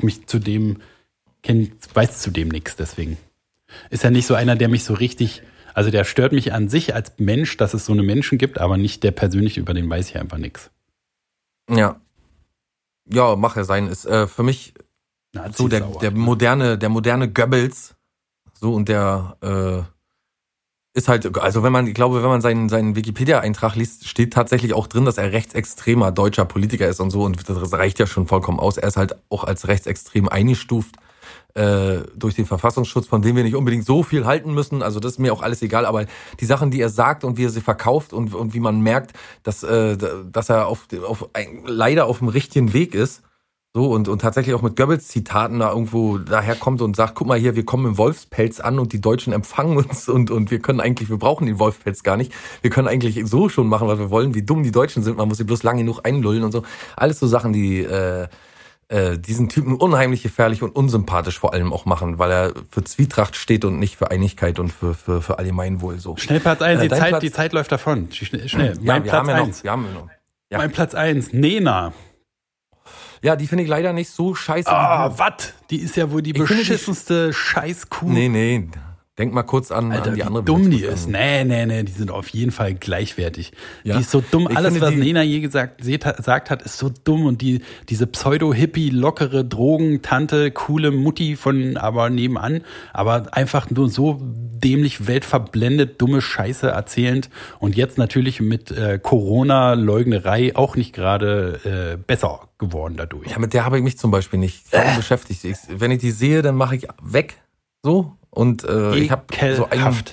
Speaker 3: weiß zu dem nichts, deswegen. Ist ja nicht so einer, der mich so richtig, also der stört mich an sich als Mensch, dass es so eine Menschen gibt, aber nicht der persönlich, über den weiß ich einfach nichts.
Speaker 4: Ja. Ja, mag ja sein, ist für mich so der moderne Goebbels, so und der, ist halt, also wenn man seinen Wikipedia-Eintrag liest, steht tatsächlich auch drin, dass er rechtsextremer deutscher Politiker ist und so und das reicht ja schon vollkommen aus. Er ist halt auch als rechtsextrem eingestuft durch den Verfassungsschutz, von dem wir nicht unbedingt so viel halten müssen. Also das ist mir auch alles egal, aber die Sachen, die er sagt und wie er sie verkauft und wie man merkt, dass er leider auf dem richtigen Weg ist, so und tatsächlich auch mit Goebbels-Zitaten da irgendwo daherkommt und sagt, guck mal hier, wir kommen im Wolfspelz an und die Deutschen empfangen uns und wir brauchen den Wolfspelz gar nicht. Wir können eigentlich so schon machen, was wir wollen, wie dumm die Deutschen sind, man muss sie bloß lang genug einlullen und so. Alles so Sachen, die diesen Typen unheimlich gefährlich und unsympathisch vor allem auch machen, weil er für Zwietracht steht und nicht für Einigkeit und für Allgemeinwohl. So.
Speaker 3: Schnell Platz 1, die Zeit läuft davon. Schnell.
Speaker 4: Ja,
Speaker 3: Platz 1.
Speaker 4: Ja.
Speaker 3: Mein Platz 1, Nena.
Speaker 4: Ja, die finde ich leider nicht so scheiße.
Speaker 3: Was? Die ist ja wohl die beschissenste Scheißkuh.
Speaker 4: Nee. Denk mal kurz an die andere.
Speaker 3: Wie dumm die ist. Nee, die sind auf jeden Fall gleichwertig. Ja? Die ist so dumm. Alles, was Nena je gesagt hat, ist so dumm. Und diese Pseudo-Hippie, lockere Drogentante, coole Mutti von aber nebenan, aber einfach nur so dämlich weltverblendet, dumme Scheiße erzählend. Und jetzt natürlich mit Corona-Leugnerei auch nicht gerade besser geworden dadurch.
Speaker 4: Ja, mit der habe ich mich zum Beispiel nicht beschäftigt. Wenn ich die sehe, dann mache ich weg. So. Und ich habe so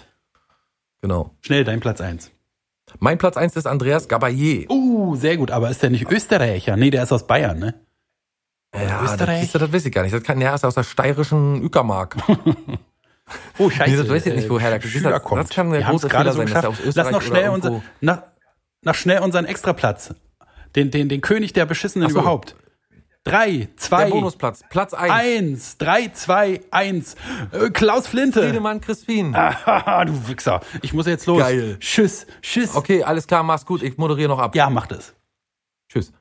Speaker 4: Genau.
Speaker 3: Schnell, dein Platz 1.
Speaker 4: Mein Platz 1 ist Andreas Gabayé.
Speaker 3: Sehr gut. Aber ist der nicht Österreicher? Nee, der ist aus Bayern, ne?
Speaker 4: Ja, Österreich? Das weiß ich gar nicht. Der ist aus der steirischen Uckermark.
Speaker 3: Oh, scheiße.
Speaker 4: Nee, das weiß ich nicht, woher der
Speaker 3: Schüler kommt.
Speaker 4: Das kann der große Fehler sein, dass er aus Österreich
Speaker 3: Lass noch schnell schnell unseren Extraplatz. Den König der Beschissenen überhaupt. 3, 2,
Speaker 4: der Bonusplatz, Platz 1.
Speaker 3: 3, 2, 1. Klaus Flinte.
Speaker 4: Friedemann Crispin.
Speaker 3: Du Wichser. Ich muss jetzt los.
Speaker 4: Geil.
Speaker 3: Tschüss.
Speaker 4: Okay, alles klar, mach's gut. Ich moderiere noch ab.
Speaker 3: Ja, mach das.
Speaker 4: Tschüss.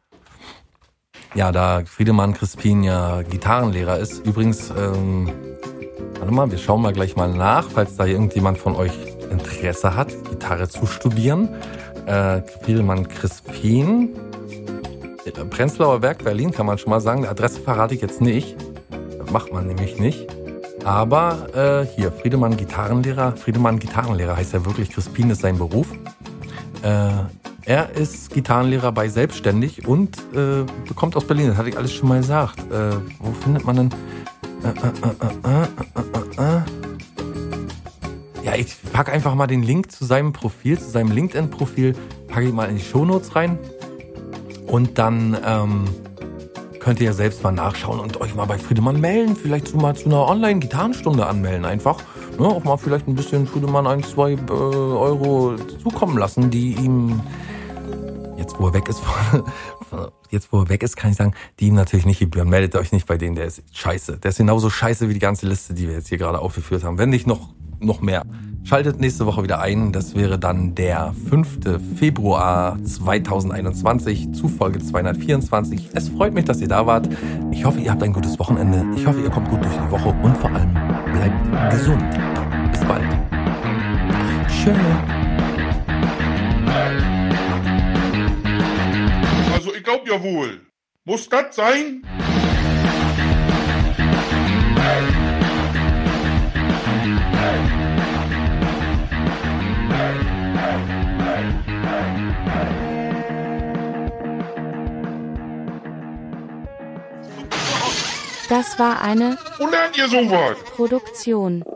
Speaker 4: Ja, da Friedemann Crispin ja Gitarrenlehrer ist. Übrigens, warte mal, wir schauen mal gleich mal nach, falls da irgendjemand von euch Interesse hat, Gitarre zu studieren. Friedemann Crispin. Prenzlauer Berg, Berlin, kann man schon mal sagen. Die Adresse verrate ich jetzt nicht. Das macht man nämlich nicht. Aber hier, Friedemann Gitarrenlehrer. Friedemann Gitarrenlehrer heißt ja wirklich. Crispin ist sein Beruf. Er ist Gitarrenlehrer bei Selbstständig und kommt aus Berlin. Das hatte ich alles schon mal gesagt. Wo findet man denn? Ja, ich packe einfach mal den Link zu seinem Profil, zu seinem LinkedIn-Profil, packe ich mal in die Shownotes rein. Und dann könnt ihr ja selbst mal nachschauen und euch mal bei Friedemann melden. Vielleicht mal zu einer Online-Gitarrenstunde anmelden einfach. Ne, auch mal vielleicht ein bisschen Friedemann 1-2 Euro zukommen lassen, die ihm, jetzt wo er weg ist, kann ich sagen, die ihm natürlich nicht gebühren. Meldet euch nicht bei denen, der ist scheiße. Der ist genauso scheiße wie die ganze Liste, die wir jetzt hier gerade aufgeführt haben. Wenn nicht noch mehr. Schaltet nächste Woche wieder ein. Das wäre dann der 5. Februar 2021 zu Folge 224. Es freut mich, dass ihr da wart. Ich hoffe, ihr habt ein gutes Wochenende. Ich hoffe, ihr kommt gut durch die Woche und vor allem bleibt gesund. Bis bald. Tschüss.
Speaker 1: Also ich glaub ja wohl. Muss das sein?
Speaker 5: Das war eine
Speaker 1: Wo lernt ihr sowas?
Speaker 5: Produktion